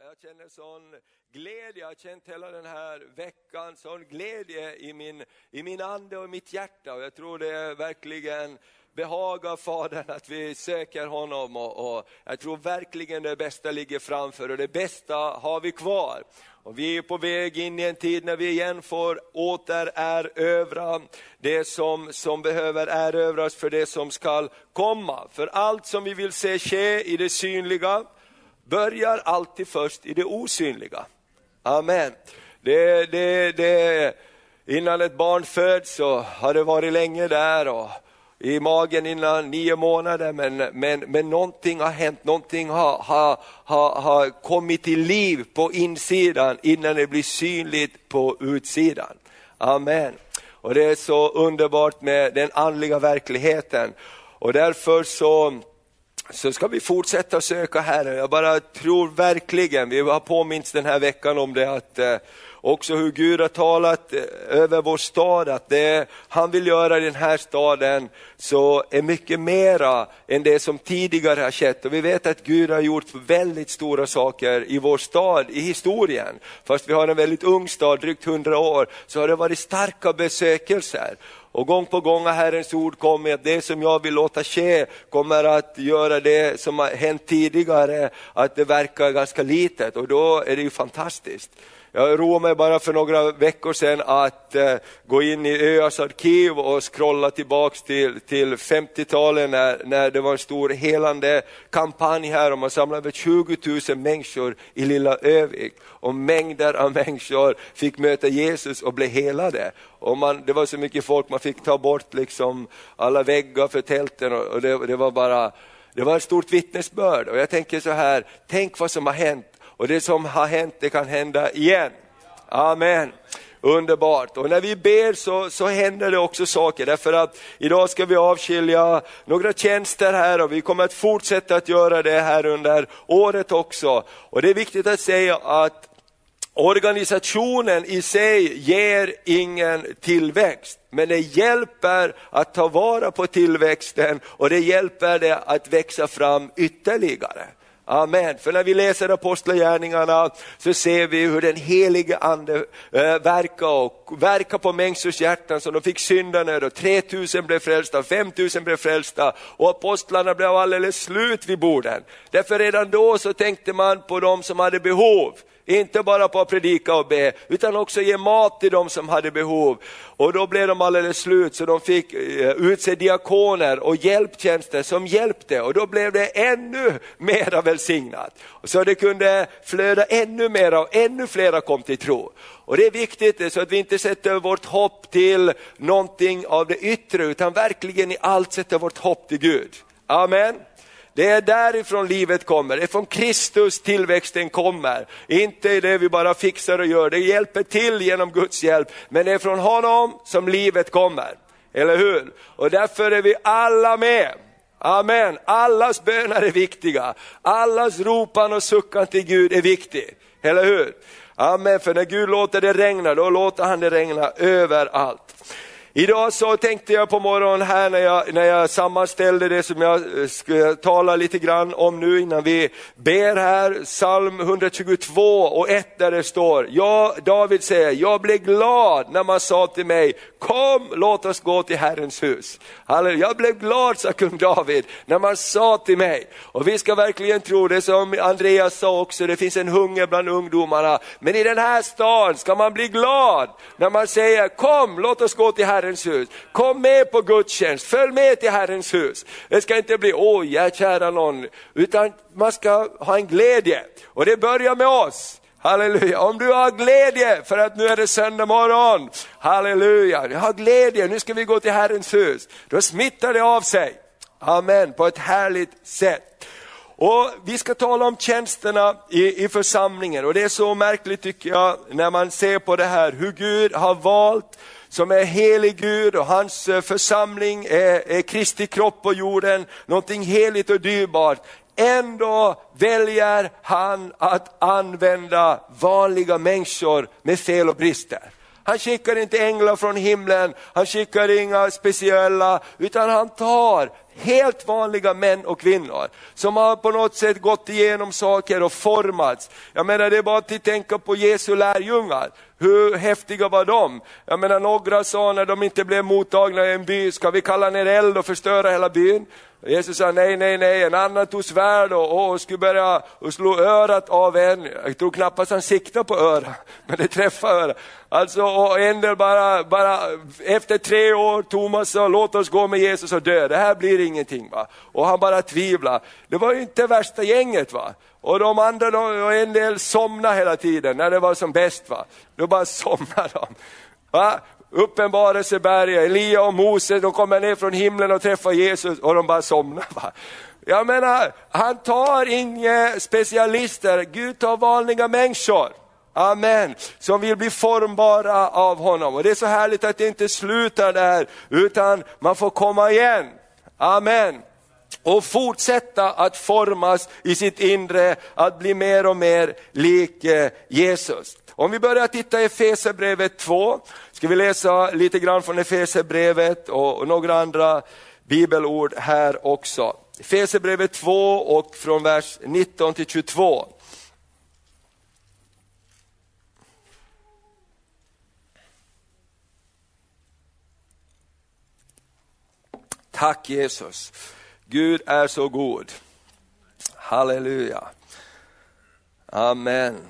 Jag känner sån glädje, jag har känt hela den här veckan, sån glädje i min ande och mitt hjärta. Och jag tror det verkligen behagar Fadern att vi söker honom. Och jag tror verkligen det bästa ligger framför och det bästa har vi kvar. Och vi är på väg in i en tid när vi igen får återerövra det som behöver erövras för det som ska komma. För allt som vi vill se ske i det synliga börjar alltid först i det osynliga. Amen. Innan ett barn föds så har det varit länge där och i magen innan 9 månader, men någonting har hänt, någonting har kommit till liv på insidan innan det blir synligt på utsidan. Amen. Och det är så underbart med den andliga verkligheten. Och därför så ska vi fortsätta söka Herren. Jag bara tror verkligen, vi har påminns den här veckan om det, att också hur Gud har talat över vår stad, att det han vill göra i den här staden så är mycket mera än det som tidigare har skett. Och vi vet att Gud har gjort väldigt stora saker i vår stad i historien. Fast vi har en väldigt ung stad, drygt 100 år, så har det varit starka besökelser. Och gång på gång har Herrens ord kommit att det som jag vill låta ske kommer att göra det som har hänt tidigare, att det verkar ganska litet, och då är det ju fantastiskt. Jag roade mig bara för några veckor sedan att gå in i ÖAs arkiv och scrolla tillbaks till 50-talet när det var en stor helande kampanj här och man samlade över 20 000 människor i lilla Övik. Och mängder av människor fick möta Jesus och bli helade. Och det var så mycket folk, man fick ta bort liksom alla väggar för tälten och det var ett stort vittnesbörd. Och jag tänker så här, tänk vad som har hänt. Och det som har hänt, det kan hända igen. Amen. Underbart. Och när vi ber så händer det också saker. Därför att idag ska vi avskilja några tjänster här. Och vi kommer att fortsätta att göra det här under året också. Och det är viktigt att säga att organisationen i sig ger ingen tillväxt. Men det hjälper att ta vara på tillväxten. Och det hjälper det att växa fram ytterligare. Amen. För när vi läser apostlagärningarna så ser vi hur den helige ande verkar på människors hjärtan, så de fick syndanöd och 3000 blev frälsta, 5000 blev frälsta och apostlarna blev alldeles slut vid borden. Därför redan då så tänkte man på dem som hade behov. Inte bara på att predika och be, utan också ge mat till dem som hade behov. Och då blev de alldeles slut, så de fick utse diakoner och hjälptjänster som hjälpte. Och då blev det ännu mera välsignat. Så det kunde flöda ännu mera och ännu flera kom till tro. Och det är viktigt så att vi inte sätter vårt hopp till någonting av det yttre, utan verkligen i allt sätter vårt hopp till Gud. Amen. Det är därifrån livet kommer. Det är från Kristus tillväxten kommer. Inte det vi bara fixar och gör. Det hjälper till genom Guds hjälp. Men det är från honom som livet kommer. Eller hur? Och därför är vi alla med. Amen. Allas böner är viktiga. Allas ropan och suckan till Gud är viktig. Eller hur? Amen. För när Gud låter det regna, då låter han det regna överallt. Idag så tänkte jag på morgonen här när jag sammanställde det som jag ska tala lite grann om nu innan vi ber här. Psalm 122 och 1 där det står: David säger, jag blev glad när man sa till mig, kom låt oss gå till Herrens hus. Halleluja. Jag blev glad, sa kung David, när man sa till mig. Och vi ska verkligen tro det som Andreas sa också, det finns en hunger bland ungdomarna. Men i den här stan ska man bli glad när man säger, kom låt oss gå till Herrens hus. Kom med på gudstjänst, följ med till Herrens hus. Det ska inte bli, kära någon, utan man ska ha en glädje. Och det börjar med oss. Halleluja. Om du har glädje för att nu är det söndag morgon. Halleluja. Jag har glädje, nu ska vi gå till Herrens hus. Då smittar det av sig. Amen. På ett härligt sätt. Och vi ska tala om tjänsterna i församlingen. Och det är så märkligt tycker jag när man ser på det här. Hur Gud har valt, som är helig Gud, och hans församling är Kristi kropp på jorden. Någonting heligt och dyrbart. Ändå väljer han att använda vanliga människor med fel och brister. Han skickar inte änglar från himlen, han skickar inga speciella, utan han tar helt vanliga män och kvinnor som har på något sätt gått igenom saker och formats. Jag menar, det är bara att tänka på Jesu lärjungar. Hur häftiga var de? Jag menar, några sa när de inte blev mottagna i en by, ska vi kalla ner eld och förstöra hela byn? Jesus sa nej, en annan tog svärd och skulle börja och slå örat av en. Jag tror knappast han siktade på örat, men det träffade örat. Alltså, och en del bara efter 3 år, Thomas sa, låt oss gå med Jesus och dö. Det här blir ingenting, va? Och han bara tvivlar. Det var ju inte värsta gänget, va? Och de andra, och en del somnade hela tiden när det var som bäst, va? Då bara somnade de, va? Uppenbarelseberget, Elia och Moses, de kommer ner från himlen och träffar Jesus och de bara somnar, va? Jag menar, han tar inga specialister, Gud tar vanliga människor. Amen. Som vill bli formbara av honom. Och det är så härligt att det inte slutar där, utan man får komma igen. Amen. Och fortsätta att formas i sitt inre, att bli mer och mer lik Jesus. Om vi börjar titta i Efesierbrevet 2, ska vi läsa lite grann från Efesierbrevet och några andra bibelord här också. Efesierbrevet 2 och från vers 19 till 22. Tack Jesus. Gud är så god. Halleluja. Amen.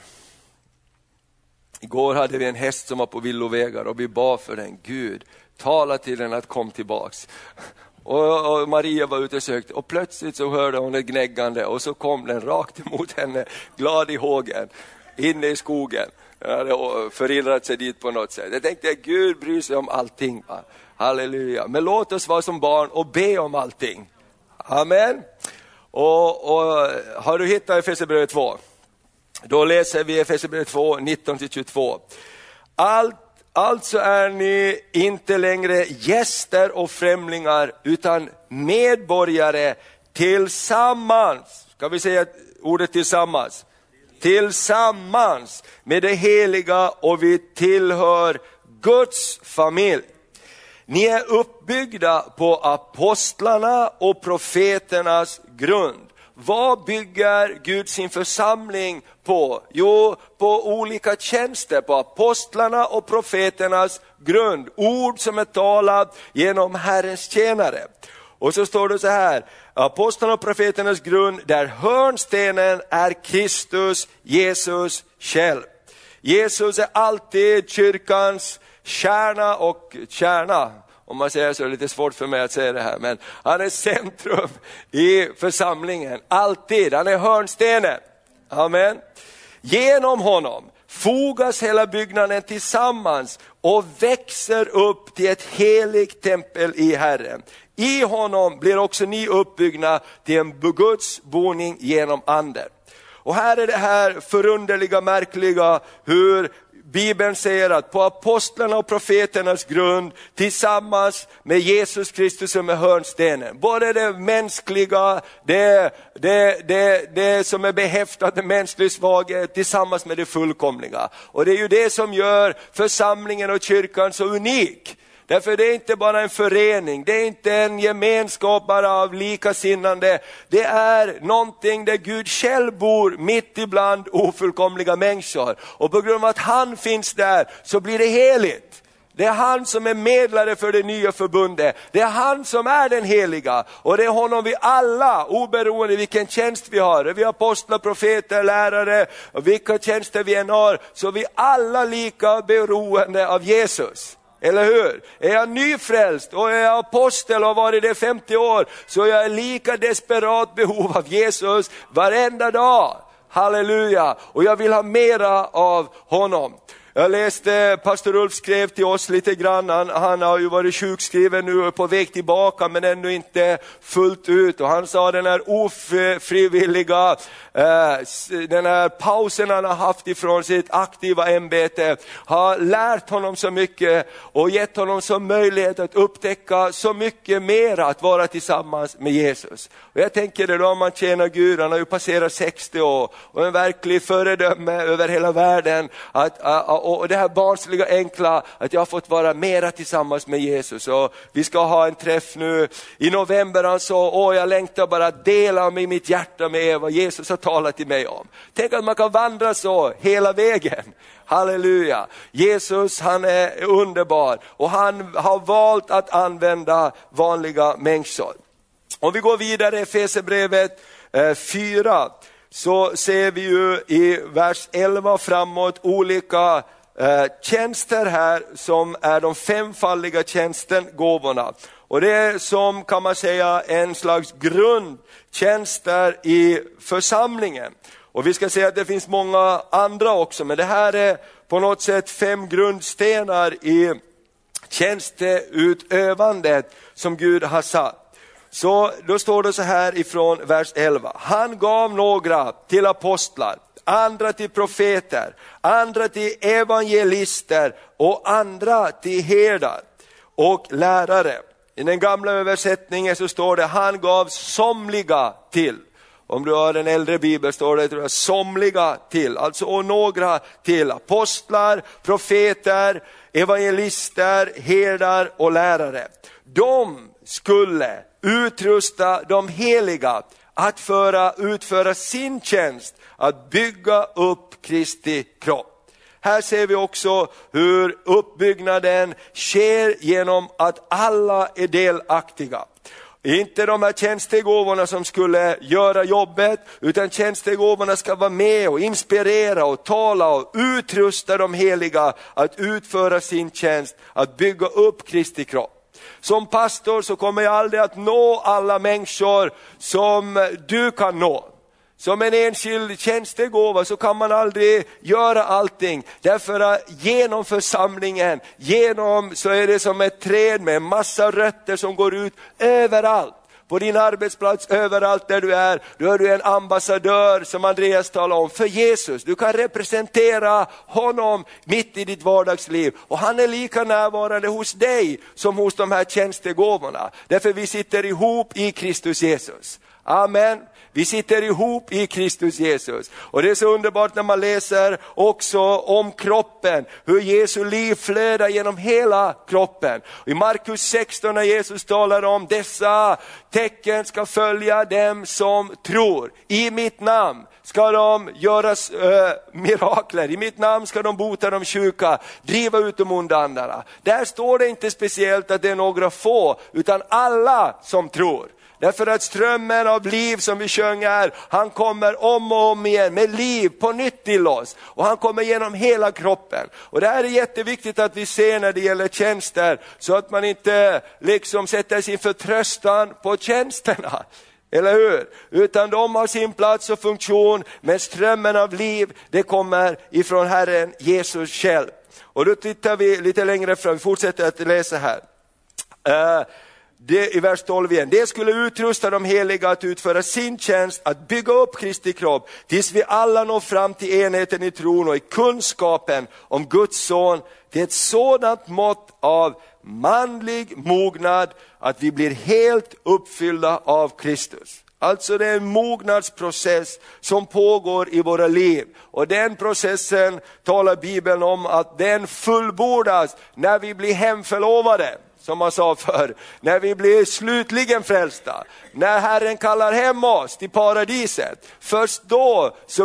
Igår hade vi en häst som var på villovägar och vi bad för den. Gud, tala till den att kom tillbaks. Och Maria var ute och sökte och plötsligt så hörde hon ett gnäggande och så kom den rakt emot henne, glad i hågen, inne i skogen. Den hade förhindrat sig dit på något sätt. Jag tänkte, Gud bryr sig om allting, va? Halleluja. Men låt oss vara som barn och be om allting. Amen. Och har du hittat Efesierbrevet 2? Då läser vi Efesierbrevet 2, 19-22. Alltså är ni inte längre gäster och främlingar utan medborgare tillsammans. Ska vi säga ordet tillsammans? Tillsammans med det heliga, och vi tillhör Guds familj. Ni är uppbyggda på apostlarna och profeternas grund. Vad bygger Gud sin församling på? Jo, på olika tjänster, på apostlarna och profeternas grund. Ord som är talat genom Herrens tjänare. Och så står det så här: apostlarna och profeternas grund, där hörnstenen är Kristus, Jesus själv. Jesus är alltid kyrkans kärna och kärna. Om man säger så är det lite svårt för mig att säga det här, men han är centrum i församlingen. Alltid, han är hörnstenen. Amen. Genom honom fogas hela byggnaden tillsammans och växer upp till ett heligt tempel i Herren. I honom blir också ni uppbyggna till en Guds boning genom anden. Och här är det här förunderliga, märkliga, hur Bibeln säger att på apostlarna och profeternas grund tillsammans med Jesus Kristus som är hörnstenen. Både det mänskliga, det som är behäftat med mänsklig svaghet tillsammans med det fullkomliga. Och det är ju det som gör församlingen och kyrkan så unik. Därför det är inte bara en förening, det är inte en gemenskap bara av likasinnande. Det är någonting där Gud själv bor mitt ibland ofullkomliga människor. Och på grund av att han finns där så blir det heligt. Det är han som är medlare för det nya förbundet. Det är han som är den heliga. Och det är honom vi alla, oberoende vilken tjänst vi har. Vi har apostlar, profeter, lärare och vilka tjänster vi än har. Så är vi alla lika beroende av Jesus. Eller hur? Är jag nyfrälst och är jag apostel och har varit det 50 år, så är jag lika desperat behov av Jesus varenda dag. Halleluja! Och jag vill ha mera av honom. Jag läste, pastor Ulf skrev till oss lite grann, han har ju varit sjukskriven nu och på väg tillbaka men ännu inte fullt ut. Och han sa den här ofrivilliga, den här pausen han har haft ifrån sitt aktiva ämbete har lärt honom så mycket och gett honom så möjlighet att upptäcka så mycket mer att vara tillsammans med Jesus. Och jag tänker det då, om man tjänar Gud, han har ju passerat 60 år och en verklig föredöme över hela världen, att och det här barnsliga enkla, att jag har fått vara mera tillsammans med Jesus. Och vi ska ha en träff nu i november. Han sa, jag längtar bara att dela med mitt hjärta med er vad Jesus har talat till mig om. Tänk att man kan vandra så hela vägen. Halleluja. Jesus, han är underbar och han har valt att använda vanliga människor. Om vi går vidare i Efesierbrevet 4 så ser vi ju i vers 11 framåt olika tjänster här som är de femfaldiga gåvorna. Och det är som, kan man säga, en slags grundtjänster i församlingen. Och vi ska säga att det finns många andra också, men det här är på något sätt 5 grundstenar i tjänsteutövandet som Gud har satt. Så då står det så här ifrån vers 11. Han gav några till apostlar, andra till profeter, andra till evangelister och andra till herdar och lärare. I den gamla översättningen så står det, han gav somliga till. Om du har en äldre bibel står det, tror jag, somliga till. Alltså och några till. Apostlar, profeter, evangelister, herdar och lärare. De skulle utrusta de heliga att utföra sin tjänst, att bygga upp Kristi kropp. Här ser vi också hur uppbyggnaden sker genom att alla är delaktiga. Inte de här tjänstegåvorna som skulle göra jobbet, utan tjänstegåvorna ska vara med och inspirera och tala och utrusta de heliga att utföra sin tjänst, att bygga upp Kristi kropp. Som pastor så kommer jag aldrig att nå alla människor som du kan nå. Som en enskild tjänstegåva så kan man aldrig göra allting. Därför att genom församlingen, så är det som ett träd med massa rötter som går ut överallt. På din arbetsplats, överallt där du är, då är du en ambassadör som Andreas talar om för Jesus. Du kan representera honom mitt i ditt vardagsliv. Och han är lika närvarande hos dig som hos de här tjänstegåvorna. Därför vi sitter ihop i Kristus Jesus. Amen. Vi sitter ihop i Kristus Jesus. Och det är så underbart när man läser också om kroppen. Hur Jesu liv flödar genom hela kroppen. I Markus 16 när Jesus talar om dessa tecken ska följa dem som tror. I mitt namn ska de göra mirakler. I mitt namn ska de bota de sjuka. Driva ut de onda andarna. Där står det inte speciellt att det är några få. Utan alla som tror. Därför att strömmen av liv som vi sjunger, han kommer om och om igen med liv på nytt till oss. Och han kommer genom hela kroppen. Och det här är jätteviktigt att vi ser när det gäller tjänster. Så att man inte liksom sätter sin förtröstan på tjänsterna. Eller hur? Utan de har sin plats och funktion. Men strömmen av liv, det kommer ifrån Herren Jesus själv. Och då tittar vi lite längre fram. Vi fortsätter att läsa här. Det i vers 12 igen. Det skulle utrusta de heliga att utföra sin tjänst, att bygga upp Kristi kropp, tills vi alla når fram till enheten i tron och i kunskapen om Guds son, till ett sådant mått av manlig mognad att vi blir helt uppfyllda av Kristus. Alltså det är en mognadsprocess som pågår i våra liv. Och den processen talar Bibeln om att den fullbordas när vi blir hemförlovade. Som man sa förr, när vi blir slutligen frälsta, när Herren kallar hem oss till paradiset, först då så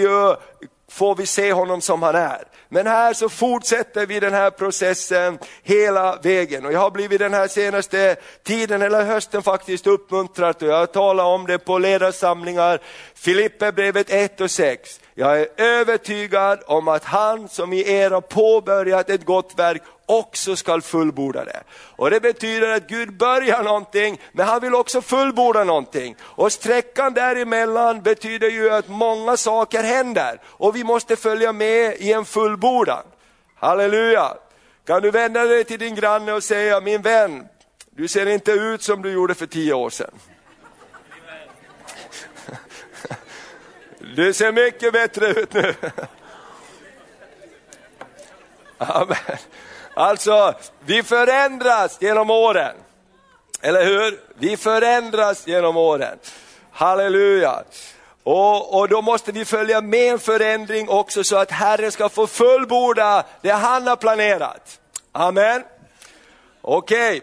får vi se honom som han är. Men här så fortsätter vi den här processen hela vägen. Och jag har blivit den här senaste tiden, eller hösten faktiskt, uppmuntrad. Och jag har talat om det på ledarsamlingar. Filipperbrevet 1 och 6. Jag är övertygad om att han som i er har påbörjat ett gott verk också ska fullborda det. Och det betyder att Gud börjar någonting, men han vill också fullborda någonting. Och sträckan däremellan betyder ju att många saker händer. Och vi måste följa med i en fullbordan. Halleluja! Kan du vända dig till din granne och säga, min vän, du ser inte ut som du gjorde för 10 år sedan. Du ser mycket bättre ut nu. Amen. Alltså, vi förändras genom åren. Eller hur? Vi förändras genom åren. Halleluja. Och då måste vi följa med en förändring också, så att Herren ska få fullborda det han har planerat. Amen. Okej.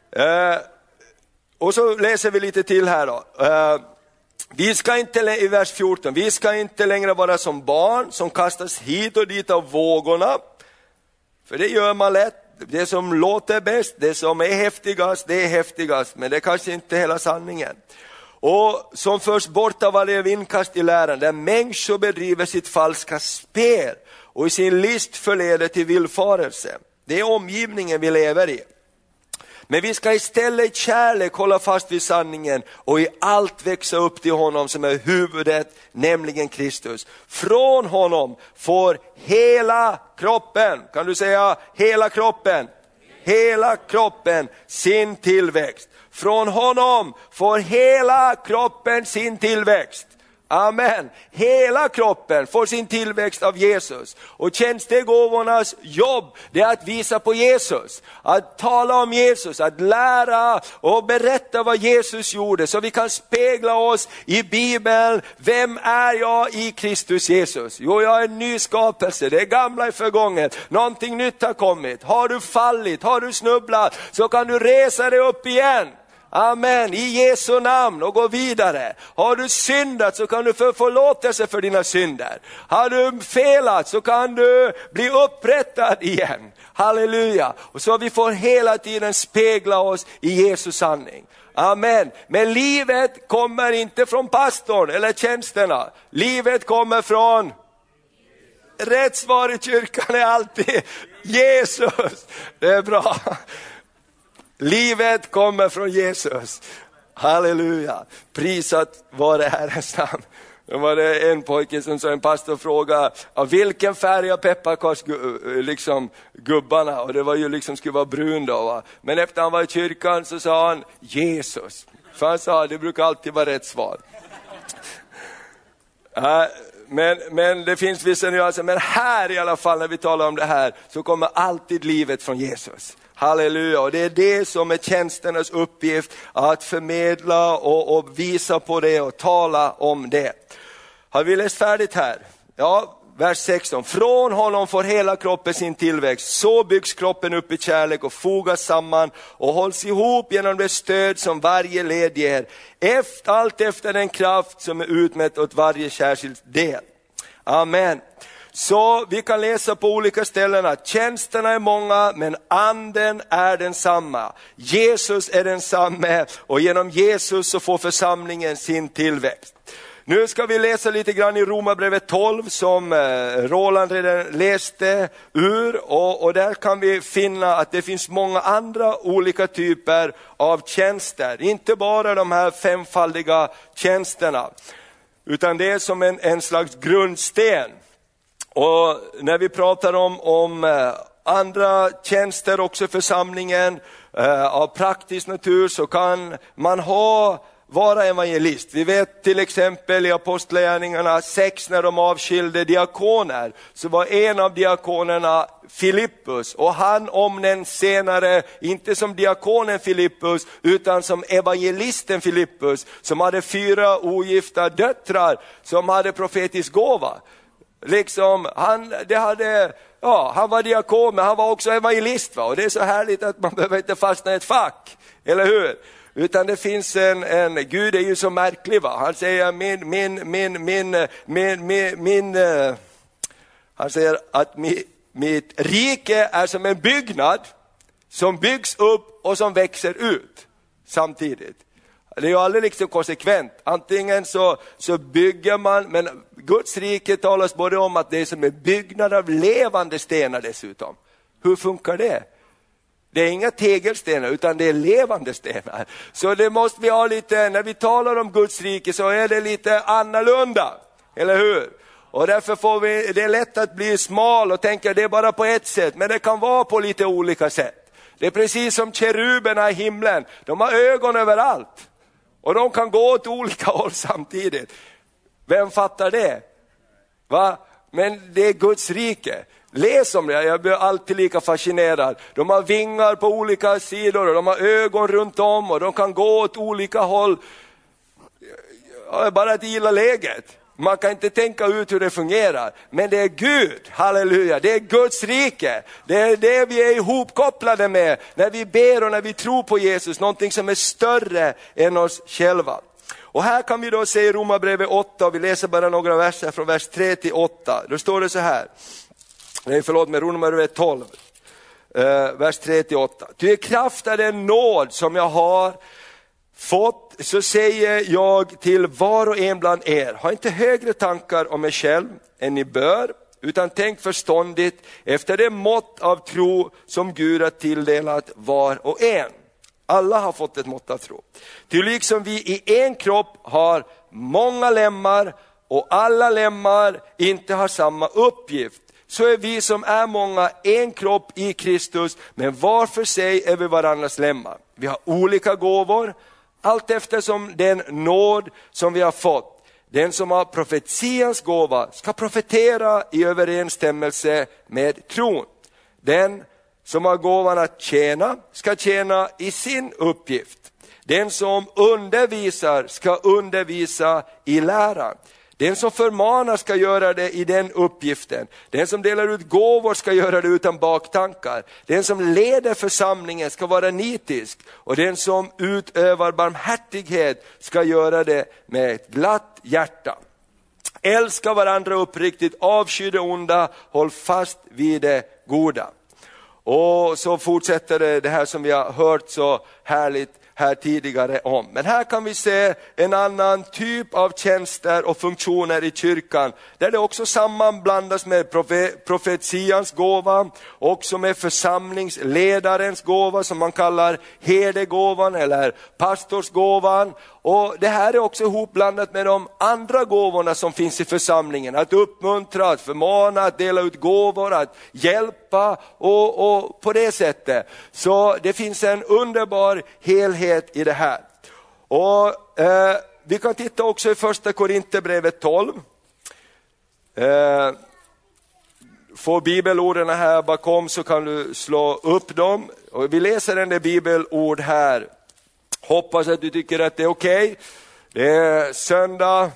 Och så läser vi lite till här då. Vi ska inte, i vers 14, vi ska inte längre vara som barn som kastas hit och dit av vågorna. För det gör man lätt. Det som låter bäst, det som är häftigast, det är häftigast. Men det är kanske inte hela sanningen. Och som förs bort av varje vindkast i läran, där människor bedriver sitt falska spel och i sin list förleder till villfarelse. Det är omgivningen vi lever i. Men vi ska istället i kärlek hålla fast vid sanningen och i allt växa upp till honom som är huvudet, nämligen Kristus. Från honom får hela kroppen, kan du säga hela kroppen? Hela kroppen sin tillväxt. Från honom får hela kroppen sin tillväxt. Amen. Hela kroppen får sin tillväxt av Jesus. Och tjänstegåvornas jobb, det är att visa på Jesus. Att tala om Jesus, att lära och berätta vad Jesus gjorde. Så vi kan spegla oss i Bibeln. Vem är jag i Kristus Jesus? Jo, jag är en ny skapelse. Det gamla är förgånget. Någonting nytt har kommit. Har du fallit, har du snubblat, så kan du resa dig upp igen. Amen, i Jesu namn, och gå vidare. Har du syndat så kan du få förlåtelse för dina synder. Har du felat så kan du bli upprättad igen. Halleluja. Och så vi får hela tiden spegla oss i Jesu sanning. Amen. Men livet kommer inte från pastorn eller tjänsterna. Livet kommer från... Rätt svar i kyrkan är alltid Jesus. Det är bra. Livet kommer från Jesus. Halleluja. Prisat var det Herrens namn. Då var det en pojke som sa, en pastor frågade av vilken färg av pepparkaks liksom gubbarna. Och det var ju liksom skulle vara brun då, va? Men efter han var i kyrkan så sa han Jesus. För han sa det brukar alltid vara rätt svar. Men det finns vissa nyanser. Men här i alla fall när vi talar om det här så kommer alltid livet från Jesus. Halleluja, och det är det som är tjänsternas uppgift, att förmedla och visa på det och tala om det. Har vi läst färdigt här? Ja, vers 16. Från honom får hela kroppen sin tillväxt, så byggs kroppen upp i kärlek och fogas samman och hålls ihop genom det stöd som varje led ger. Allt efter den kraft som är utmätt åt varje särskild del. Amen. Så vi kan läsa på olika ställen att tjänsterna är många, men anden är densamma. Jesus är densamme, och genom Jesus så får församlingen sin tillväxt. Nu ska vi läsa lite grann i Romarbrevet 12 som Roland redan läste ur. Och där kan vi finna att det finns många andra olika typer av tjänster. Inte bara de här femfaldiga tjänsterna, utan det är som en slags grundsten. Och när vi pratar om andra tjänster också i församlingen av praktisk natur, så kan man vara evangelist. Vi vet till exempel i Apostlagärningarna 6 när de avskilde diakoner, så var en av diakonerna Filippus, och han omnämns senare inte som diakonen Filippus utan som evangelisten Filippus, som hade 4 ogifta döttrar som hade profetisk gåva. Liksom, han var diakon, men han var också evangelist, va? Och det är så härligt att man behöver inte fastna i ett fack, eller hur? Utan det finns Gud är ju så märklig, va? Han säger han säger att mitt rike är som en byggnad som byggs upp och som växer ut samtidigt. Det är ju aldrig liksom konsekvent. Antingen så bygger man, men Guds rike talas både om att det är som en byggnad av levande stenar dessutom. Hur funkar det? Det är inga tegelstenar utan det är levande stenar. Så det måste vi ha lite, när vi talar om Guds rike så är det lite annorlunda. Eller hur? Och därför det är lätt att bli smal och tänka det är bara på ett sätt. Men det kan vara på lite olika sätt. Det är precis som keruberna i himlen. De har ögon överallt. Och de kan gå åt olika håll samtidigt. Vem fattar det? Va? Men det är Guds rike. Läs om det, jag blir alltid lika fascinerad. De har vingar på olika sidor och de har ögon runt om och de kan gå åt olika håll. bara att gilla läget. Man kan inte tänka ut hur det fungerar. Men det är Gud, halleluja, det är Guds rike. Det är det vi är ihopkopplade med när vi ber och när vi tror på Jesus. Någonting som är större än oss själva. Och här kan vi då se i Romarbrevet 8, och vi läser bara några verser från vers 3 till 8. Då står det så här, Romarbrevet 12, vers 3 till 8. Ty i kraft av den nåd som jag har fått, så säger jag till var och en bland er, ha inte högre tankar om er själv än ni bör, utan tänk förståndigt efter det mått av tro som Gud har tilldelat var och en. Alla har fått ett mått av tro. Ty liksom vi i en kropp har många lemmar och alla lemmar inte har samma uppgift, så är vi som är många en kropp i Kristus, men var för sig är vi varandras lemmar. Vi har olika gåvor, allt eftersom den nåd som vi har fått. Den som har profetians gåva ska profetera i överensstämmelse med tron. Den som har gåvan att tjäna ska tjäna i sin uppgift. Den som undervisar ska undervisa i läran. Den som förmanar ska göra det i den uppgiften. Den som delar ut gåvor ska göra det utan baktankar. Den som leder församlingen ska vara nitisk. Och den som utövar barmhärtighet ska göra det med ett glatt hjärta. Älska varandra uppriktigt, avsky det onda, håll fast vid det goda. Och så fortsätter det här som vi har hört så härligt här tidigare om. Men här kan vi se en annan typ av tjänster och funktioner i kyrkan, där det också sammanblandas med profetians gåva, också med församlingsledarens gåva som man kallar herdegåvan eller pastorsgåvan. Och det här är också ihopblandat med de andra gåvorna som finns i församlingen. Att uppmuntra, att förmana, att dela ut gåvor, att hjälpa och på det sättet. Så det finns en underbar helhet i det här. Och vi kan titta också i första Korinthierbrevet 12. Får bibelorden här bakom så kan du slå upp dem. Och vi läser en del bibelord här. Hoppas att du tycker att det är okej. Det är söndag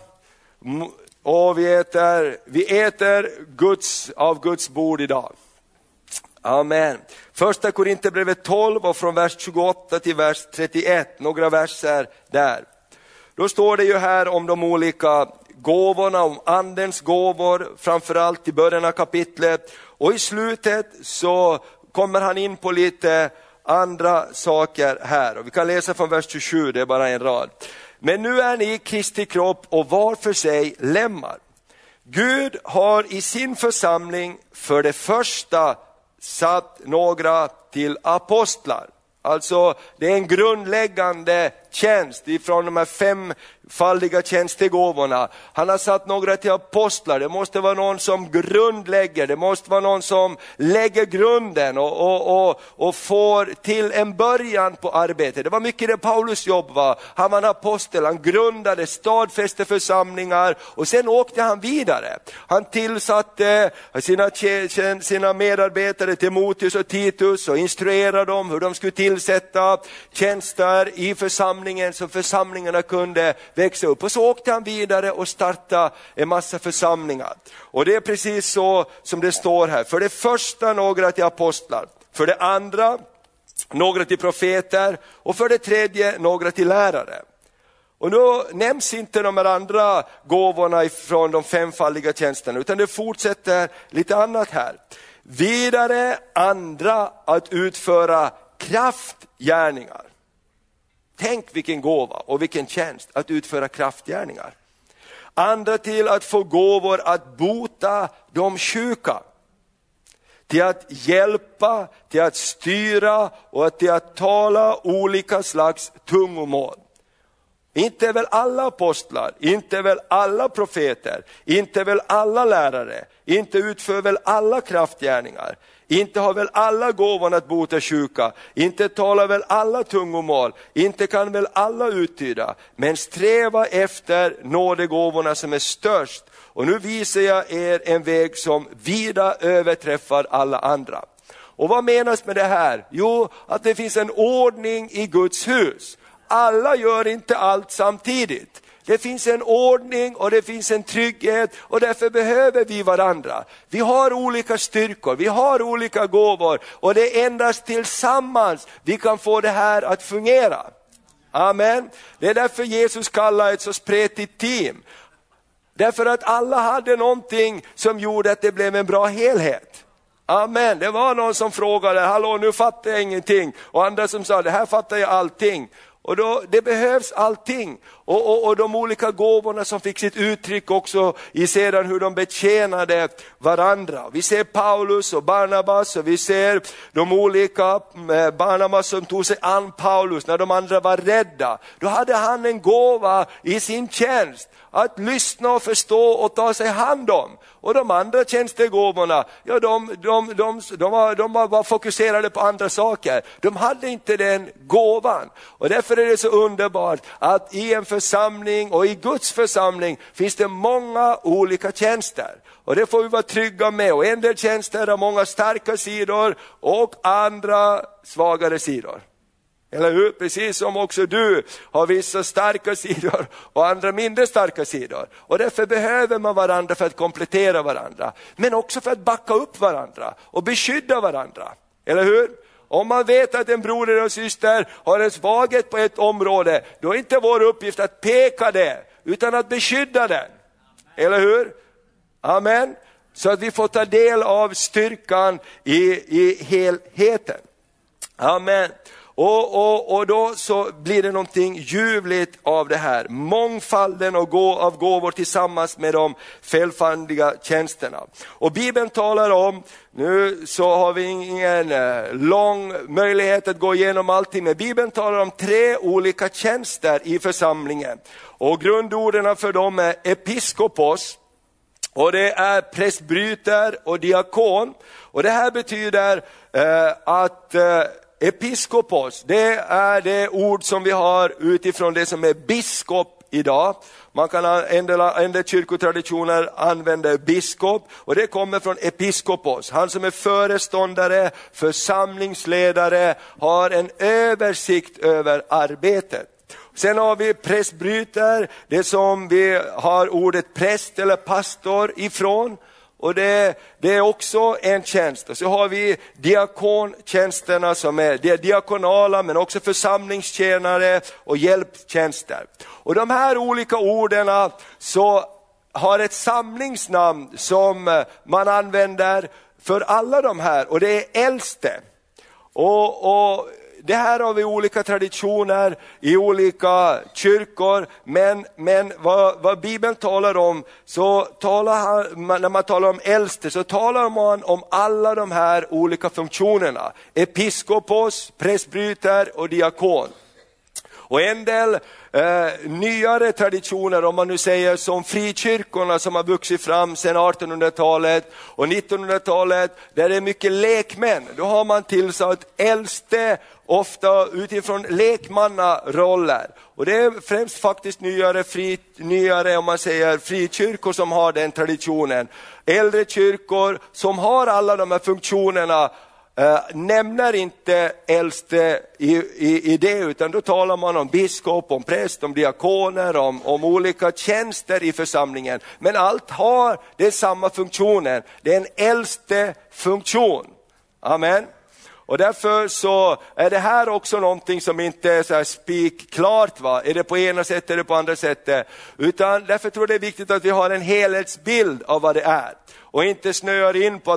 och vi äter av Guds bord idag. Amen. Första Korinthierbrevet 12 och från vers 28 till vers 31. Några verser där. Då står det ju här om de olika gåvorna, om andens gåvor, framförallt i början av kapitlet. Och i slutet så kommer han in på lite andra saker här. Och vi kan läsa från vers 27, det är bara en rad. Men nu är ni Kristi kropp och var för sig lemmar. Gud har i sin församling för det första satt några till apostlar. Alltså det är en grundläggande tjänst ifrån de här femfaldiga tjänstegåvorna. Han har satt några till apostlar. Det måste vara någon som grundlägger. Det måste vara någon som lägger grunden och får till en början på arbetet. Det var mycket det Paulus jobb var. Han var en apostel. Han grundade, stadfäste församlingar och sen åkte han vidare. Han tillsatte sina medarbetare Timoteus och Titus och instruerade dem hur de skulle tillsätta tjänster i församlingen så församlingarna kunde växa upp. Och så åkte han vidare och startade en massa församlingar. Och det är precis så som det står här. För det första några till apostlar. För det andra några till profeter. Och för det tredje några till lärare. Och då nämns inte de här andra gåvorna från de femfaldiga tjänsterna. Utan det fortsätter lite annat här. Vidare andra att utföra kraftgärningar. Tänk vilken gåva och vilken tjänst att utföra kraftgärningar. Andra till att få gåvor att bota de sjuka. Till att hjälpa, till att styra och till att tala olika slags tungomål. Inte väl alla apostlar, inte väl alla profeter, inte väl alla lärare, inte utför väl alla kraftgärningar. Inte har väl alla gåvan att bota sjuka, inte talar väl alla tungomål, inte kan väl alla uttyda. Men sträva efter nådegåvorna som är störst. Och nu visar jag er en väg som vida överträffar alla andra. Och vad menas med det här? Jo, att det finns en ordning i Guds hus. Alla gör inte allt samtidigt. Det finns en ordning och det finns en trygghet, och därför behöver vi varandra. Vi har olika styrkor, vi har olika gåvor, och det är endast tillsammans vi kan få det här att fungera. Amen. Det är därför Jesus kallar ett så spretigt team. Därför att alla hade någonting som gjorde att det blev en bra helhet. Amen. Det var någon som frågade, hallå, nu fattar jag ingenting. Och andra som sa, det här fattar jag allting. Och då, det behövs allting. Och de olika gåvorna som fick sitt uttryck också i sedan hur de betjänade varandra. Vi ser Paulus och Barnabas, och vi ser de olika Barnabas som tog sig an Paulus när de andra var rädda. Då hade han en gåva i sin tjänst att lyssna och förstå och ta sig hand om. Och de andra tjänstegåvorna, ja, de var fokuserade på andra saker. De hade inte den gåvan. Och därför är det så underbart att i en församling och i Guds församling finns det många olika tjänster. Och det får vi vara trygga med. Och en del tjänster har många starka sidor och andra svagare sidor. Eller hur? Precis som också du har vissa starka sidor och andra mindre starka sidor. Och därför behöver man varandra för att komplettera varandra. Men också för att backa upp varandra och beskydda varandra. Eller hur? Om man vet att en broder och syster har en svaghet på ett område, då är inte vår uppgift att peka det, utan att beskydda den. Eller hur? Amen. Så att vi får ta del av styrkan i helheten. Amen. Och då så blir det någonting ljuvligt av det här. Mångfalden av gåvor tillsammans med de fälfandiga tjänsterna. Och Bibeln talar om, nu så har vi ingen lång möjlighet att gå igenom allting, men Bibeln talar om 3 olika tjänster i församlingen. Och grundorden för dem är episkopos, och det är presbyter och diakon. Och det här betyder att episkopos, det är det ord som vi har utifrån det som är biskop idag. Man kan en del kyrkotraditioner använda biskop, och det kommer från episkopos. Han som är föreståndare, församlingsledare, har en översikt över arbetet. Sen har vi presbyter, det som vi har ordet präst eller pastor ifrån. Och det är också en tjänst. Och så har vi diakontjänsterna som är diakonala, men också församlingstjänare och hjälptjänster. Och de här olika orden så har ett samlingsnamn som man använder för alla de här, och det är äldste. Och det här har vi olika traditioner i olika kyrkor, men vad Bibeln talar om, så när man talar om äldste så talar man om alla de här olika funktionerna. Episkopos, presbyter och diakon. Och en del nyare traditioner, om man nu säger som frikyrkorna som har vuxit fram sedan 1800-talet och 1900-talet, där det är mycket lekmän, då har man tillsatt äldste ofta utifrån lekmannaroller. Och det är främst faktiskt nyare om man säger frikyrkor som har den traditionen. Äldre kyrkor som har alla de här funktionerna nämner inte äldste i det, utan då talar man om biskop, om präst, om diakoner, om olika tjänster i församlingen. Men allt har det samma funktionen. Det är en äldste funktion. Amen. Och därför så är det här också någonting som inte är så här spikklart, va? Är det på ena sättet eller på andra sättet? Utan därför tror jag det är viktigt att vi har en helhetsbild av vad det är. Och inte snöar in på att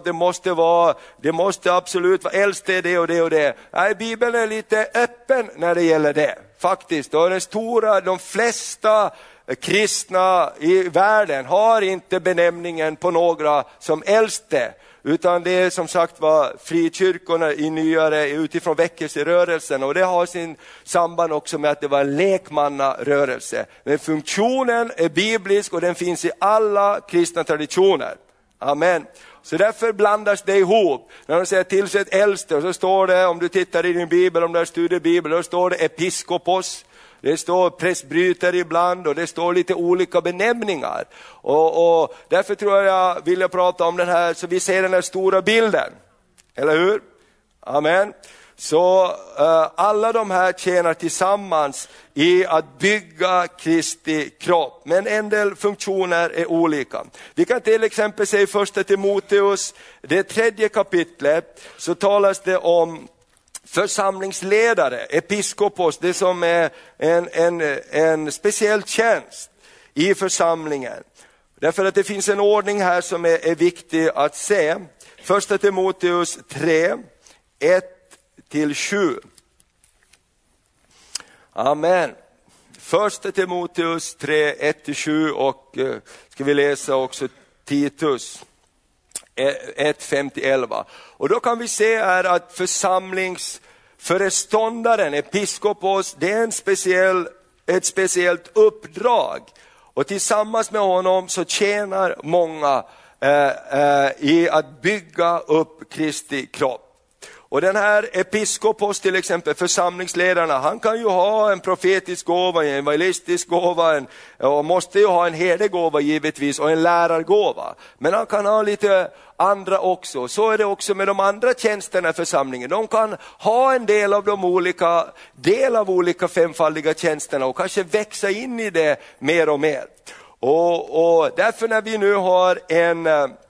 det måste absolut vara äldste det och det och det. Nej, Bibeln är lite öppen när det gäller det. Faktiskt, och de flesta kristna i världen har inte benämningen på några som äldste. Utan det är som sagt var frikyrkorna i nyare utifrån väckelserörelsen, och det har sin samband också med att det var en lekmannarörelse. Men funktionen är biblisk och den finns i alla kristna traditioner. Amen. Så därför blandas det ihop. När de säger tillsätt äldste, och så står det, om du tittar i din bibel, om du har studiebibel, då står det episkopos. Det står presbyter ibland, och det står lite olika benämningar. Och därför tror jag vill prata om den här, så vi ser den här stora bilden. Eller hur? Amen. Så alla de här tjänar tillsammans i att bygga Kristi kropp. Men en del funktioner är olika. Vi kan till exempel se i första Timoteus, det 3:e kapitlet, så talas det om församlingsledare, episkopos, det som är en speciell tjänst i församlingen. Därför att det finns en ordning här som är viktig att se. Första Timoteus 3, 1-7. Amen. Första Timoteus 3, 1-7 och ska vi läsa också Titus 1, 5-11. Och då kan vi se här att församlingsföreståndaren, episkopos, det är ett speciellt uppdrag. Och tillsammans med honom så tjänar många i att bygga upp Kristi kropp. Och den här episkopos till exempel, församlingsledarna, han kan ju ha en profetisk gåva, en evangelistisk gåva, och måste ju ha en herdegåva givetvis och en lärargåva. Men han kan ha lite andra också. Så är det också med de andra tjänsterna i församlingen. De kan ha en del av olika femfaldiga tjänsterna och kanske växa in i det mer och mer. Och därför när vi nu har en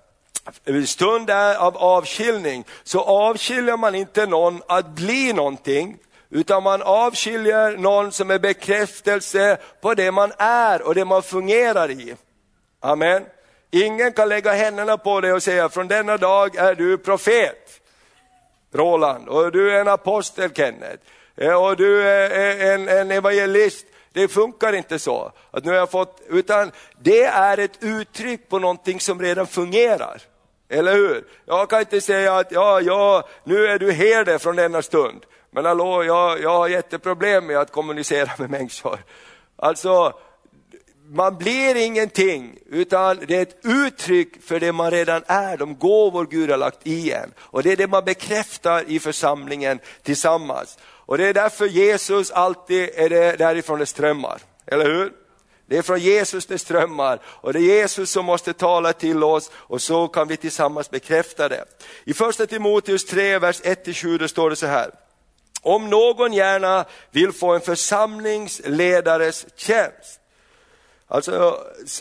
stund av avskiljning, så avskiljer man inte någon att bli någonting, utan man avskiljer någon som är bekräftelse på det man är och det man fungerar i. Amen. Ingen kan lägga händerna på dig och säga: från denna dag är du profet Roland, och du är en apostel Kenneth, och du är en evangelist. Det funkar inte så. Att nu har jag fått, utan det är ett uttryck på någonting som redan fungerar. Eller hur? Jag kan inte säga att nu är du herde från denna stund. Men hallå, jag har jätteproblem med att kommunicera med människor. Alltså, man blir ingenting, utan det är ett uttryck för det man redan är. De gåvor Gud har lagt i en. Och det är det man bekräftar i församlingen tillsammans. Och det är därför Jesus alltid är det därifrån det strömmar. Eller hur? Det är från Jesus det strömmar. Och det är Jesus som måste tala till oss. Och så kan vi tillsammans bekräfta det. I första Timoteus 3, vers 1-7 står det så här: om någon gärna vill få en församlingsledares tjänst, alltså,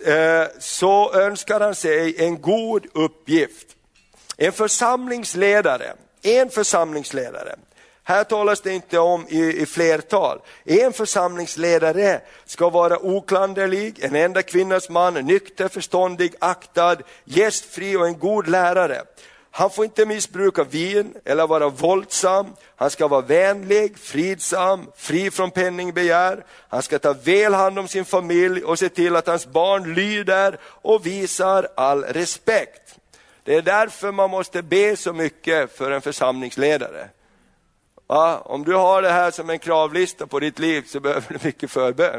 så önskar han sig en god uppgift. En församlingsledare. Här talas det inte om i flertal. En församlingsledare ska vara oklanderlig, en enda kvinnas man, nykter, förståndig, aktad, gästfri och en god lärare. Han får inte missbruka vin eller vara våldsam. Han ska vara vänlig, fridsam, fri från penningbegär. Han ska ta väl hand om sin familj och se till att hans barn lyder och visar all respekt. Det är därför man måste be så mycket för en församlingsledare. Ja, om du har det här som en kravlista på ditt liv, så behöver du mycket förbön.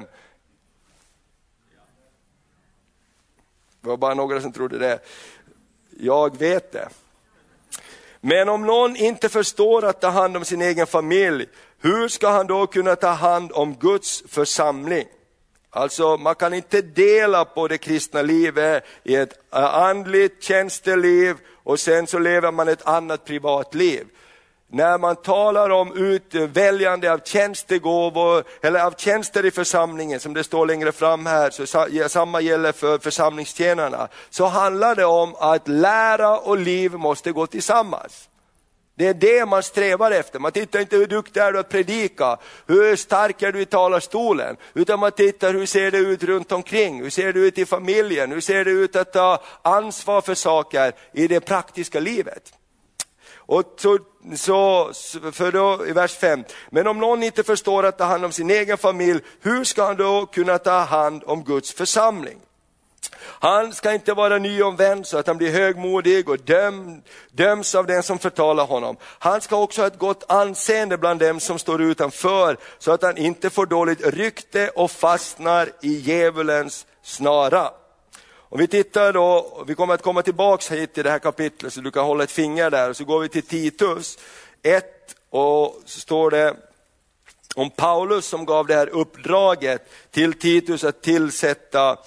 Det var bara några som trodde det. Jag vet det. Men om någon inte förstår att ta hand om sin egen familj, hur ska han då kunna ta hand om Guds församling? Alltså, man kan inte dela på det kristna livet i ett andligt tjänsteliv och sen så lever man ett annat privatliv. När man talar om utväljande av tjänstegåvor eller av tjänster i församlingen, som det står längre fram här, så samma gäller för församlingstjänarna, så handlar det om att lära och liv måste gå tillsammans. Det är det man strävar efter. Man tittar inte hur duktig är du att predika, hur stark är du i talarstolen, utan man tittar hur ser det ut runt omkring, hur ser det ut i familjen, hur ser det ut att ta ansvar för saker i det praktiska livet. Och så för då i vers 5. Men om någon inte förstår att ta hand om sin egen familj, hur ska han då kunna ta hand om Guds församling? Han ska inte vara nyomvänd så att han blir högmodig och döms av den som förtalar honom. Han ska också ha ett gott anseende bland dem som står utanför, så att han inte får dåligt rykte och fastnar i djävulens snara. Om vi tittar då, vi kommer att komma tillbaks hit till det här kapitlet, så du kan hålla ett finger där. Så går vi till Titus 1 och så står det om Paulus som gav det här uppdraget till Titus att tillsätta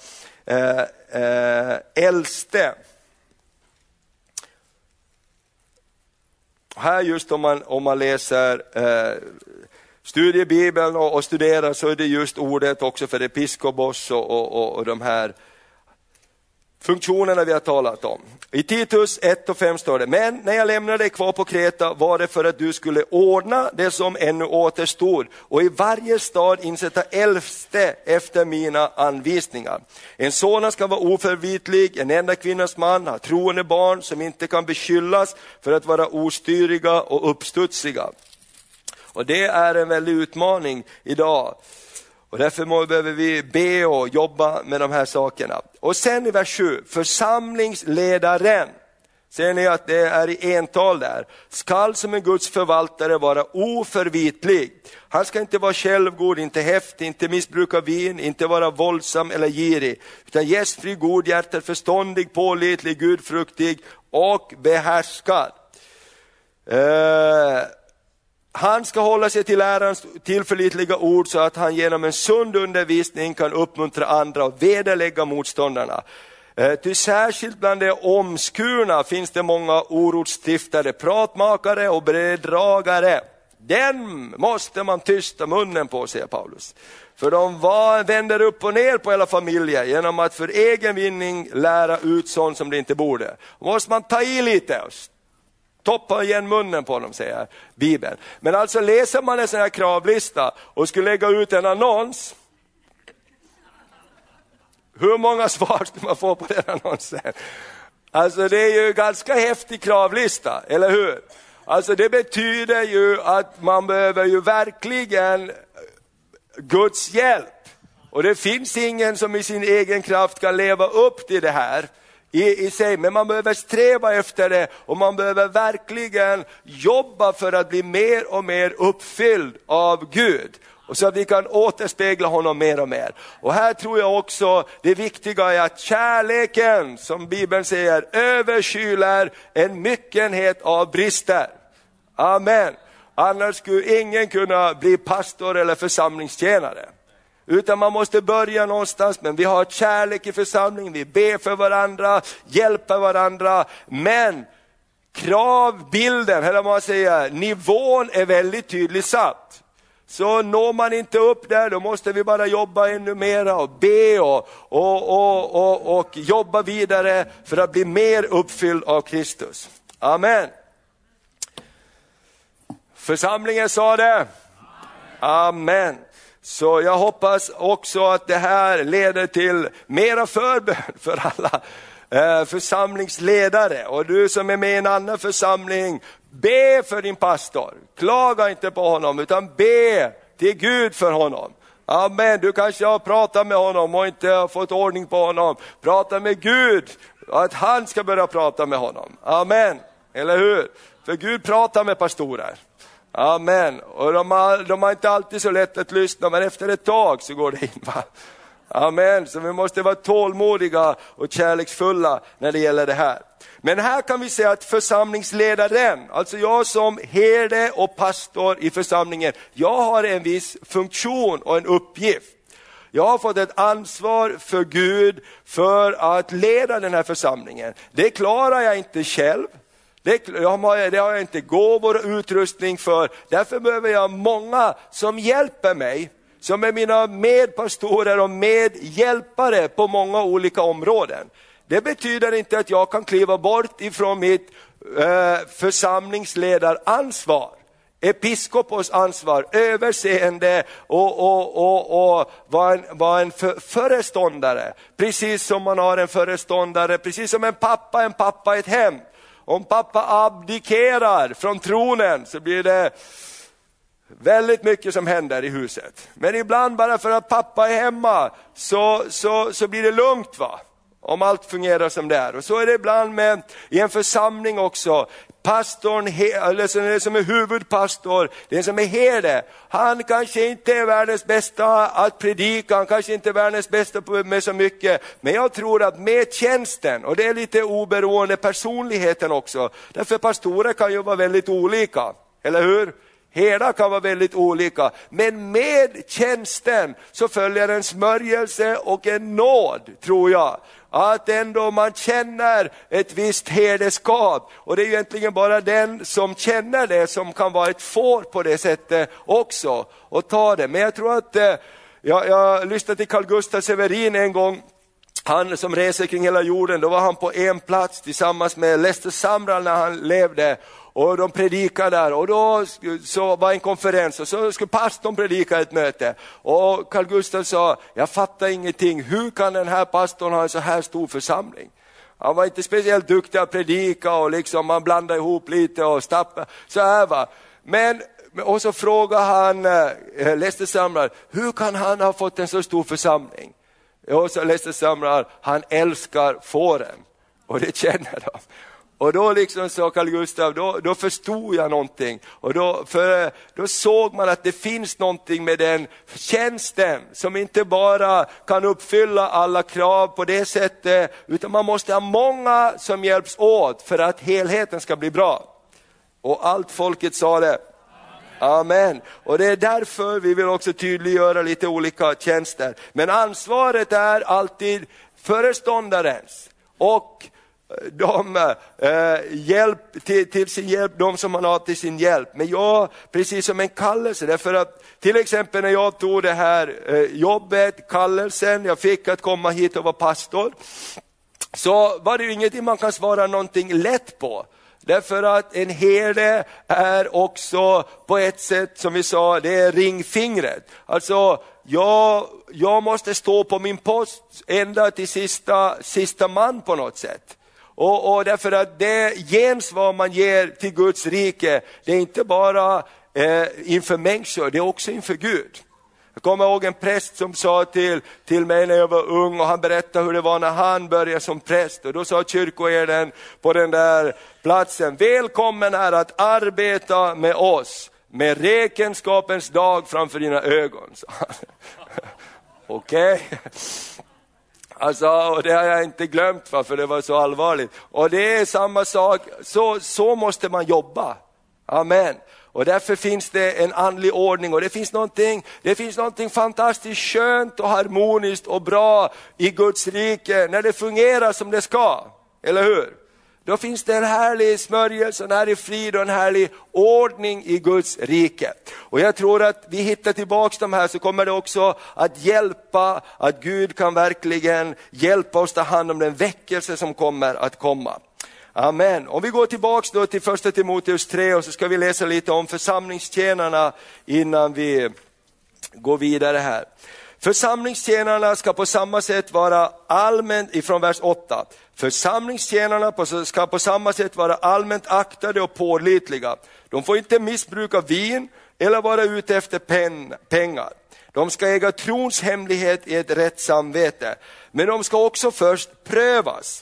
äldste. Här just om man läser studiebibeln och studerar, så är det just ordet också för episkopos och de här funktionerna vi har talat om. I Titus 1:5 står det: men när jag lämnade dig kvar på Kreta var det för att du skulle ordna det som ännu återstod och i varje stad insätta äldste efter mina anvisningar. En sådan ska vara oförvitlig, en enda kvinnas man, ha troende barn som inte kan beskyllas för att vara ostyriga och uppstudsiga. Och det är en väldig utmaning idag. Och därför behöver vi be och jobba med de här sakerna. Och sen i vers 7, församlingsledaren. Ser ni att det är i ental där. Skall som en Guds förvaltare vara oförvitlig. Han ska inte vara självgod, inte häftig, inte missbruka vin, inte vara våldsam eller girig. Utan gästfri, godhjärtad, förståndig, pålitlig, gudfruktig och behärskad. Han ska hålla sig till lärarens tillförlitliga ord så att han genom en sund undervisning kan uppmuntra andra och vederlägga motståndarna. Till särskilt bland de omskurna finns det många orotsstiftare, pratmakare och bedragare. Den måste man tysta munnen på, säger Paulus. För de vänder upp och ner på hela familjer genom att för egen vinning lära ut sånt som det inte borde. Då måste man ta i lite och toppa igen munnen på dem, säger Bibeln. Men alltså läser man en sån här kravlista och skulle lägga ut en annons. Hur många svar skulle man få på den annonsen? Alltså det är ju ganska häftig kravlista, eller hur? Alltså det betyder ju att man behöver ju verkligen Guds hjälp. Och det finns ingen som i sin egen kraft kan leva upp till det här i sig. Men man behöver sträva efter det och man behöver verkligen jobba för att bli mer och mer uppfylld av Gud. Och så att vi kan återspegla honom mer och mer. Och här tror jag också det viktiga är att kärleken, som Bibeln säger, överskyler en myckenhet av brister. Amen. Annars skulle ingen kunna bli pastor eller församlingstjänare. Utan man måste börja någonstans, men vi har kärlek i församlingen, vi ber för varandra, hjälper varandra. Men kravbilden, eller vad man säger, nivån är väldigt tydligt satt. Så når man inte upp där, då måste vi bara jobba ännu mera och be och jobba vidare för att bli mer uppfylld av Kristus. Amen. Församlingen sa det. Amen. Så jag hoppas också att det här leder till mera förbön för alla församlingsledare. Och du som är med i en annan församling, be för din pastor. Klaga inte på honom utan be till Gud för honom. Amen. Du kanske har pratat med honom och inte har fått ordning på honom. Prata med Gud att han ska börja prata med honom. Amen. Eller hur? För Gud pratar med pastorer. Amen. Och de har inte alltid så lätt att lyssna, men efter ett tag så går det in, va? Amen. Så vi måste vara tålmodiga och kärleksfulla när det gäller det här. Men här kan vi säga att församlingsledaren, alltså jag som herde och pastor i församlingen, jag har en viss funktion och en uppgift. Jag har fått ett ansvar för Gud för att leda den här församlingen. Det klarar jag inte själv. Det har jag inte gåvor och utrustning för. Därför behöver jag många som hjälper mig. Som är mina medpastorer och medhjälpare på många olika områden. Det betyder inte att jag kan kliva bort ifrån mitt församlingsledaransvar. Episkopos ansvar, överseende och vara en föreståndare. Precis som man har en föreståndare, precis som en pappa i ett hem. Om pappa abdikerar från tronen så blir det väldigt mycket som händer i huset. Men ibland bara för att pappa är hemma så blir det lugnt, va? Om allt fungerar som det är. Och så är det ibland i en församling också. Pastorn, eller den som är huvudpastor, den som är herde, han kanske inte är världens bästa att predika, han kanske inte är världens bästa med så mycket, men jag tror att med tjänsten, och det är lite oberoende personligheten också, därför pastorer kan ju vara väldigt olika, eller hur? Herdar kan vara väldigt olika, men med tjänsten så följer en smörjelse och en nåd, tror jag. Att ändå man känner ett visst herdeskap, och det är egentligen bara den som känner det som kan vara ett får på det sättet också och ta det. Men jag tror att jag lyssnade till Carl Gustaf Severin en gång. Han som reser kring hela jorden, då var han på en plats tillsammans med Lester Sumrall när han levde. Och de predikade där, och då så var en konferens och så skulle pastorn predika ett möte. Och Carl Gustaf sa, jag fattar ingenting, hur kan den här pastorn ha en så här stor församling? Han var inte speciellt duktig att predika och liksom man blandade ihop lite och stappa, så här va. Men, och så frågade han Lester Sumrall, hur kan han ha fått en så stor församling? Och så Lester Sumrall, han älskar fåren, och det känner de. Och då liksom sa Carl Gustaf, då förstod jag någonting. Och då såg man att det finns någonting med den tjänsten som inte bara kan uppfylla alla krav på det sättet, utan man måste ha många som hjälps åt för att helheten ska bli bra. Och allt folket sa det. Amen. Och det är därför vi vill också tydliggöra lite olika tjänster. Men ansvaret är alltid föreståndarens och de hjälp till sin hjälp, de som man har till sin hjälp. Men jag, precis som en kallelse, därför att till exempel när jag tog det här jobbet, kallelsen, jag fick att komma hit och vara pastor, så var det ju ingenting man kan svara någonting lätt på. Därför att en herde är också på ett sätt, som vi sa, det är ringfingret. Alltså jag måste stå på min post ända till sista man på något sätt. Och därför att det gensvar man ger till Guds rike, det är inte bara inför människor, det är också inför Gud. Jag kommer ihåg en präst som sa till mig när jag var ung, och han berättade hur det var när han började som präst. Och då sa kyrkoherden på den där platsen, välkommen här att arbeta med oss, med räkenskapens dag framför dina ögon. Okej. Alltså, och det har jag inte glömt för det var så allvarligt. Och det är samma sak, så måste man jobba. Amen. Och därför finns det en andlig ordning, och det finns någonting fantastiskt skönt och harmoniskt och bra i Guds rike när det fungerar som det ska. Eller hur? Då finns det en härlig smörjelse, en härlig frid och en härlig ordning i Guds rike. Och jag tror att vi hittar tillbaks de här, så kommer det också att hjälpa, att Gud kan verkligen hjälpa oss ta hand om den väckelse som kommer att komma. Amen. Om vi går tillbaks då till första Timoteus 3, och så ska vi läsa lite om församlingstjänarna innan vi går vidare här. Församlingstjänarna ska på samma sätt vara allmänt, ifrån vers 8. Församlingstjänarna ska på samma sätt vara allmänt aktade och pålitliga. De får inte missbruka vin eller vara ute efter pengar. De ska äga trons hemlighet i ett rätt samvete. Men de ska också först prövas.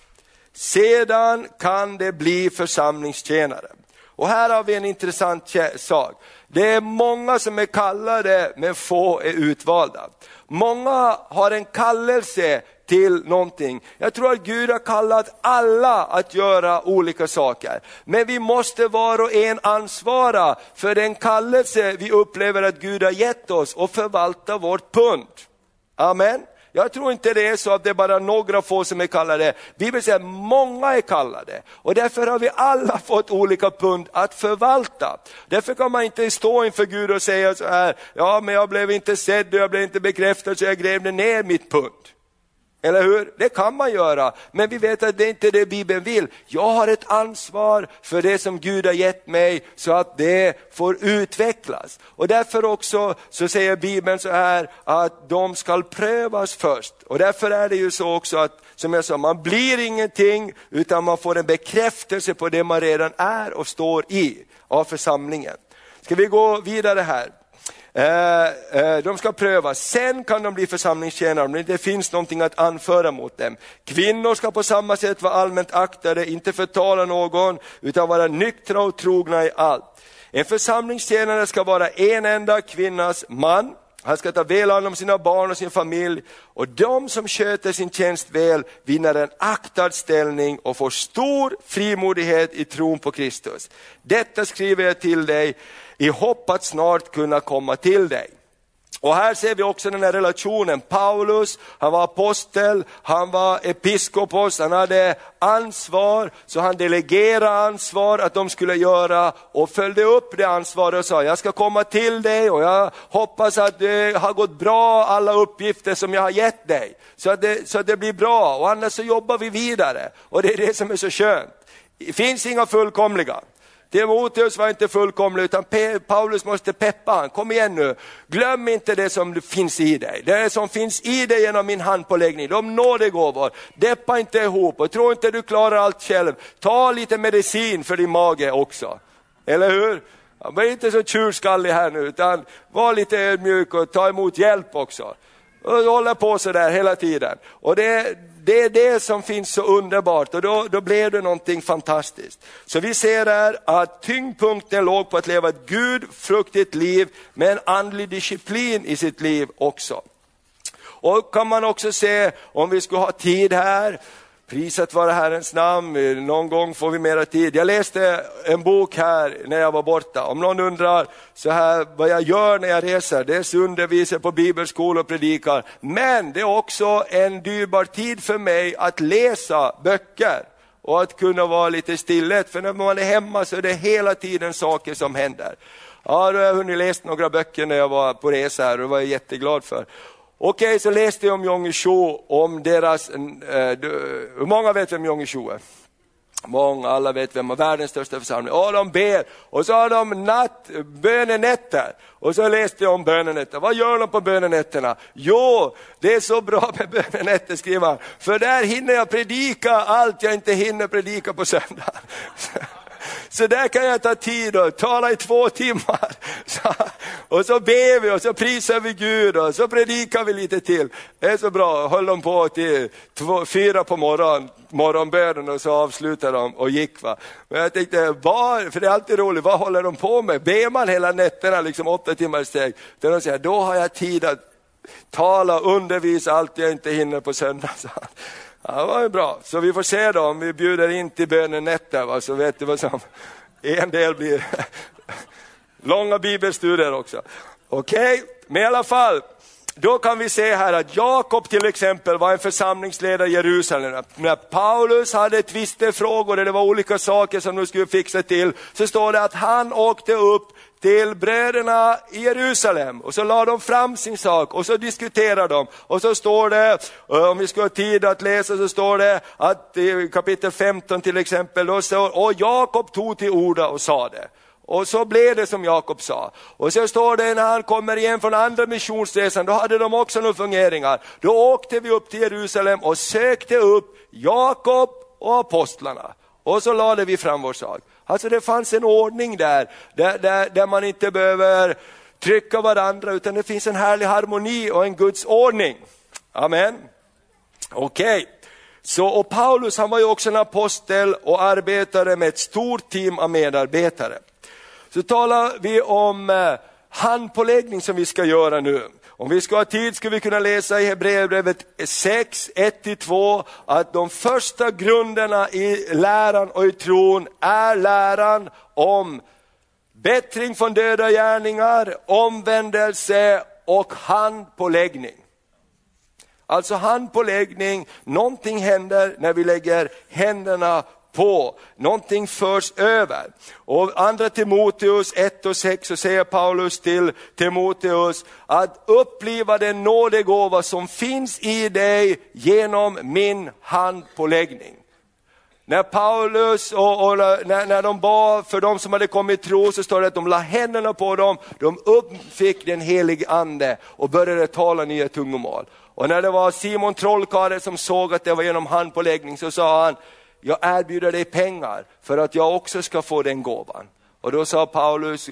Sedan kan det bli församlingstjänare. Och här har vi en intressant sak. Det är många som är kallade, men få är utvalda. Många har en kallelse till någonting. Jag tror att Gud har kallat alla att göra olika saker. Men vi måste var och en ansvara för den kallelse vi upplever att Gud har gett oss och förvalta vårt pund. Amen. Jag tror inte det är så att det är bara några få som är kallade. Bibeln säger att många är kallade. Och därför har vi alla fått olika pund att förvalta. Därför kan man inte stå inför Gud och säga så här: ja, men jag blev inte sedd och jag blev inte bekräftad, så jag grävde ner mitt pund. Eller hur? Det kan man göra. Men vi vet att det är inte det Bibeln vill. Jag har ett ansvar för det som Gud har gett mig, så att det får utvecklas. Och därför också så säger Bibeln så här, att de ska prövas först. Och därför är det ju så också att, som jag sa, man blir ingenting utan man får en bekräftelse på det man redan är och står i av församlingen. Ska vi gå vidare här? De ska prövas, sen kan de bli församlingstjänare, men det finns någonting att anföra mot dem. Kvinnor ska på samma sätt vara allmänt aktade, inte förtala någon, utan vara nyktra och trogna i allt. En församlingstjänare ska vara en enda kvinnas man. Han ska ta väl hand om sina barn och sin familj. Och de som sköter sin tjänst väl vinner en aktad ställning och får stor frimodighet i tron på Kristus. Detta skriver jag till dig i hopp att snart kunna komma till dig. Och här ser vi också den här relationen. Paulus, han var apostel, han var episkopos, han hade ansvar, så han delegerade ansvar att de skulle göra och följde upp det ansvaret och sa: jag ska komma till dig och jag hoppas att det har gått bra, alla uppgifter som jag har gett dig. Så att det blir bra, och annars så jobbar vi vidare. Och det är det som är så skönt. Det finns inga fullkomliga. Timoteus var inte fullkomlig, utan Paulus måste peppa han. Kom igen nu, glöm inte det som finns i dig. Det som finns i dig genom min handpåläggning, de nådegåvor. Deppa inte ihop och tro inte du klarar allt själv. Ta lite medicin för din mage också, eller hur? Var inte så tjurskallig här nu, utan var lite ödmjuk och ta emot hjälp också. Och hålla på så där hela tiden. Och det är det som finns så underbart, och då blev det någonting fantastiskt. Så vi ser här att tyngdpunkten låg på att leva ett gudfruktigt liv med en andlig disciplin i sitt liv också. Och kan man också se, om vi ska ha tid här, prisat vara Herrens namn, någon gång får vi mera tid. Jag läste en bok här när jag var borta. Om någon undrar så här vad jag gör när jag reser, det är undervisar på bibelskola och predikar. Men det är också en dyrbar tid för mig att läsa böcker och att kunna vara lite stillet. För när man är hemma så är det hela tiden saker som händer. Ja, då har jag hunnit läst några böcker när jag var på resa här, och det var jag jätteglad för. Okej, så läste jag om Yonggi Cho, om deras, hur många vet vem Yonggi Cho är? Många, alla vet vem är världens största församling. Och de ber, och så har de bönenätter. Och så läste jag om bönenätter. Vad gör de på bönenätterna? Jo, det är så bra med bönenätter, skriver han. För där hinner jag predika allt jag inte hinner predika på söndag. Så där kan jag ta tid och tala i 2 timmar. Och så ber vi och så prisar vi Gud och så predikar vi lite till. Det är så bra. Höll de på till 4 på morgonbönen, och så avslutar de och gick, va. Men jag tänkte, för det är alltid roligt, vad håller de på med? Ber man hela nätterna liksom 8 timmar steg? De säger, då har jag tid att tala, undervisa allt jag inte hinner på söndag. Ja, det var ju bra. Så vi får se då, om vi bjuder in till bönenätter, va, så vet du vad som en del blir långa bibelstudier också. Okej, men i alla fall, då kan vi se här att Jakob till exempel var en församlingsledare i Jerusalem. När Paulus hade tvistefrågor, det var olika saker som de skulle fixa till, så står det att han åkte upp till bröderna i Jerusalem och så la de fram sin sak och så diskuterade de, och så står det, om vi ska ha tid att läsa, så står det att i kapitel 15 till exempel, då står, och Jakob tog till orda och sa det. Och så blev det som Jakob sa. Och så står det, när han kommer igen från andra missionsresan, då hade de också några fungeringar. Då åkte vi upp till Jerusalem och sökte upp Jakob och apostlarna. Och så lade vi fram vår sak. Alltså det fanns en ordning där man inte behöver trycka varandra, utan det finns en härlig harmoni och en Guds ordning. Amen. Okej. Så, och Paulus, han var ju också en apostel och arbetade med ett stort team av medarbetare. Så talar vi om handpåläggning som vi ska göra nu. Om vi ska ha tid ska vi kunna läsa i Hebreerbrevet 6, 1-2 att de första grunderna i läran och i tron är läran om bättring från döda gärningar, omvändelse och handpåläggning. Alltså handpåläggning, någonting händer när vi lägger händerna på, någonting förs över. Och andra Timoteus 1:6 så säger Paulus till Timoteus att uppliva den nådegåva som finns i dig genom min handpåläggning. När Paulus och när de bad för de som hade kommit tro, så står det att de la händerna på dem, de uppfick den helige ande och började tala nya tungomål. Och när det var Simon trollkarlen som såg att det var genom handpåläggning, så sa han, jag erbjuder dig pengar för att jag också ska få den gåvan. Och då sa Paulus,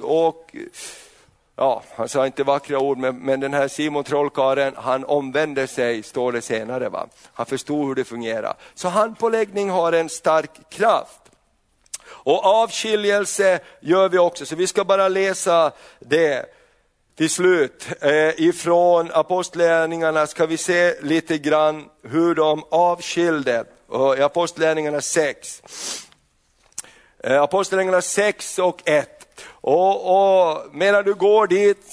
han sa inte vackra ord, men den här Simon trollkarlen, han omvände sig, står det senare, va. Han förstod hur det fungerar. Så handpåläggning har en stark kraft. Och avskiljelse gör vi också, så vi ska bara läsa det. till slut ifrån apostlagärningarna ska vi se lite grann hur de avskilde. Och i apostlagärningarna 6. Apostlagärningarna 6 och 1. Och medan du går dit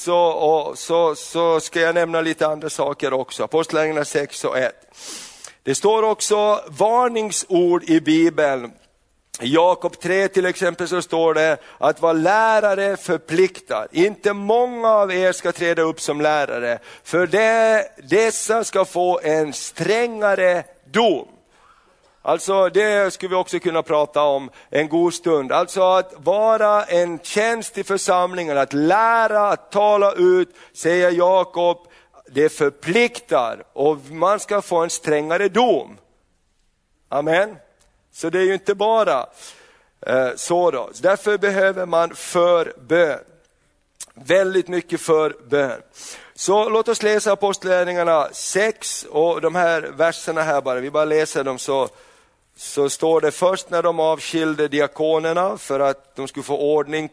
så ska jag nämna lite andra saker också. Apostlagärningarna 6 och 1. Det står också varningsord i Bibeln. I Jakob 3 till exempel så står det att vara lärare förpliktar. Inte många av er ska träda upp som lärare, för dessa ska få en strängare dom. Alltså det skulle vi också kunna prata om en god stund. Alltså att vara en tjänst i församlingen, att lära, att tala ut, säger Jakob, det förpliktar och man ska få en strängare dom. Amen. Så det är ju inte bara så då. Därför behöver man förbön. Väldigt mycket förbön. Så låt oss läsa apostlagärningarna 6 och de här verserna här bara. Vi bara läser dem så står det först när de avskilde diakonerna för att de skulle få ordning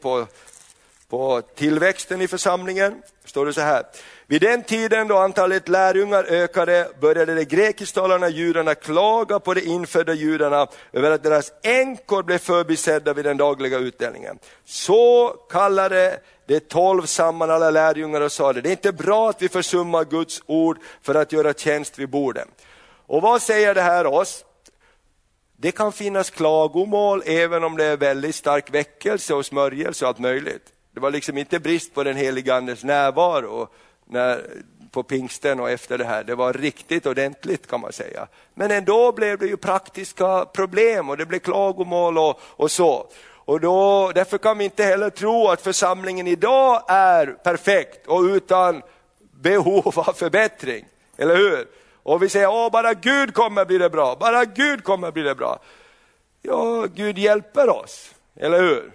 på tillväxten i församlingen. Står det så här. Vid den tiden då antalet lärjungar ökade började de grekisktalande judarna klaga på de infödda judarna över att deras änkor blev förbisedda vid den dagliga utdelningen. Så kallade de 12 samman alla lärjungar och sa det är inte bra att vi försummar Guds ord för att göra tjänst vid borden. Och vad säger det här oss? Det kan finnas klagomål även om det är väldigt stark väckelse och smörjelse och allt möjligt. Det var liksom inte brist på den heliga andes närvaro på pingsten och efter det här. Det var riktigt ordentligt kan man säga. Men ändå blev det ju praktiska problem och det blev klagomål och så. Och därför kan vi inte heller tro att församlingen idag är perfekt och utan behov av förbättring. Eller hur? Och vi säger, bara Gud kommer bli det bra. Bara Gud kommer bli det bra. Ja, Gud hjälper oss. Eller hur?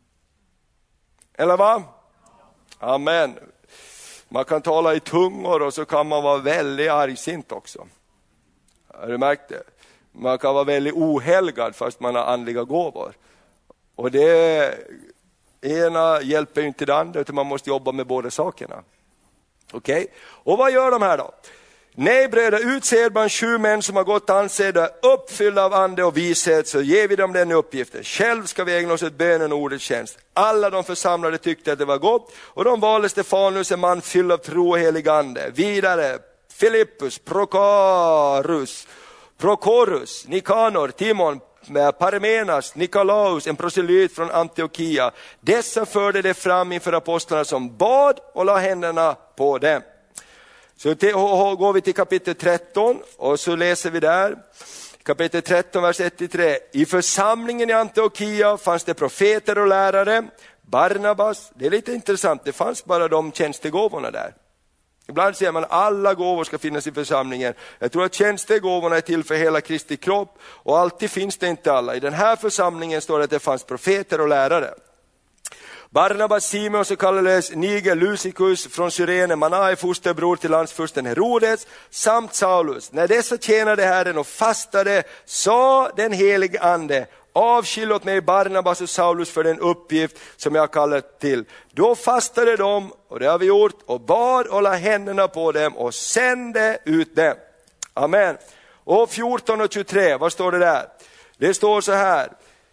Eller va? Amen. Man kan tala i tungor och så kan man vara väldigt argsint också. Har du märkt det? Man kan vara väldigt ohelgad fast man har andliga gåvor. Och det ena hjälper ju inte det andra utan man måste jobba med båda sakerna. Okej? Och vad gör de här då? Nej bröder, utser bland 7 män som har gått ansedda, uppfyllda av ande och vishet, så ger vi dem den uppgiften. Själv ska vi ägna oss åt bönen och ordets tjänst. Alla de församlade tyckte att det var gott och de valde Stefanus, en man fylld av tro och helig ande. Vidare Filippus, Prokorus, Nikanor, Timon, Parmenas, Nikolaus, en proselyt från Antiochia. Dessa förde det fram inför apostlarna som bad och la händerna på dem. Så går vi till kapitel 13 och så läser vi där. Kapitel 13, vers 1-3. I församlingen i Antiochia fanns det profeter och lärare. Barnabas, det är lite intressant, det fanns bara de tjänstegåvorna där. Ibland säger man alla gåvor ska finnas i församlingen. Jag tror att tjänstegåvorna är till för hela Kristi kropp och alltid finns det inte alla. I den här församlingen står det att det fanns profeter och lärare. Barnabas, Simon så kallades Niger, Lusicus från Cyrene, Manae, fosterbror till landsfursten Herodes, samt Saulus. När dessa tjänade Herren och fastade, sa den helige ande, avskil åt mig Barnabas och Saulus för den uppgift som jag kallat till. Då fastade de, och det har vi gjort, och bad och la händerna på dem och sände ut dem. Amen. Och 14 och 23, vad står det där? Det står så här.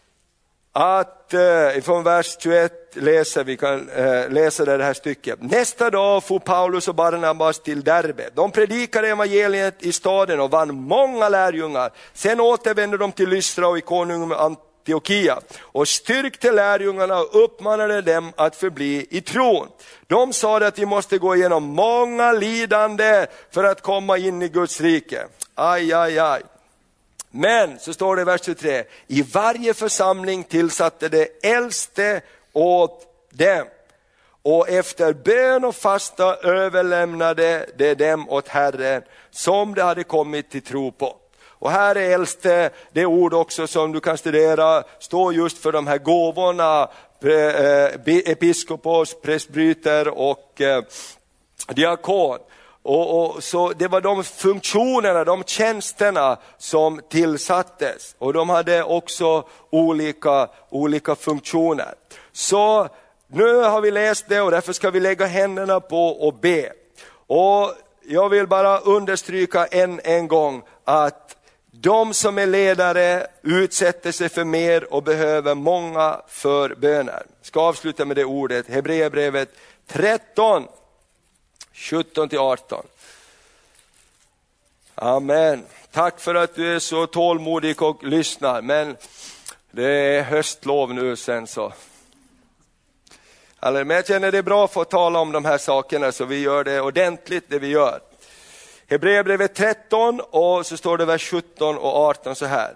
Att från vers 21 vi kan läsa det här stycket. Nästa dag for Paulus och Barnabas till Derbe. De predikade evangeliet i staden och vann många lärjungar. Sen återvände de till Lystra och Ikonium och Antiochia och styrkte lärjungarna och uppmanade dem att förbli i tron. De sa att vi måste gå igenom många lidande för att komma in i Guds rike. Aj, aj, aj. Men, så står det i vers 23, i varje församling tillsatte det äldste åt dem. Och efter bön och fasta överlämnade det dem åt Herren som det hade kommit till tro på. Och här är äldste, det ord också som du kan studera, står just för de här gåvorna, episkopos, prästbryter och diakon. Och så det var de funktionerna, de tjänsterna som tillsattes. Och de hade också olika funktioner. Så nu har vi läst det och därför ska vi lägga händerna på och be. Och jag vill bara understryka en gång att de som är ledare utsätter sig för mer och behöver många förböner. Ska avsluta med det ordet, Hebreerbrevet 13, 17-18. Amen. Tack för att du är så tålmodig och lyssnar, men det är höstlov nu sen så. Men jag känner det är bra att få tala om de här sakerna så vi gör det ordentligt det vi gör. Hebreerbrevet 13 och så står det vers 17 och 18 så här.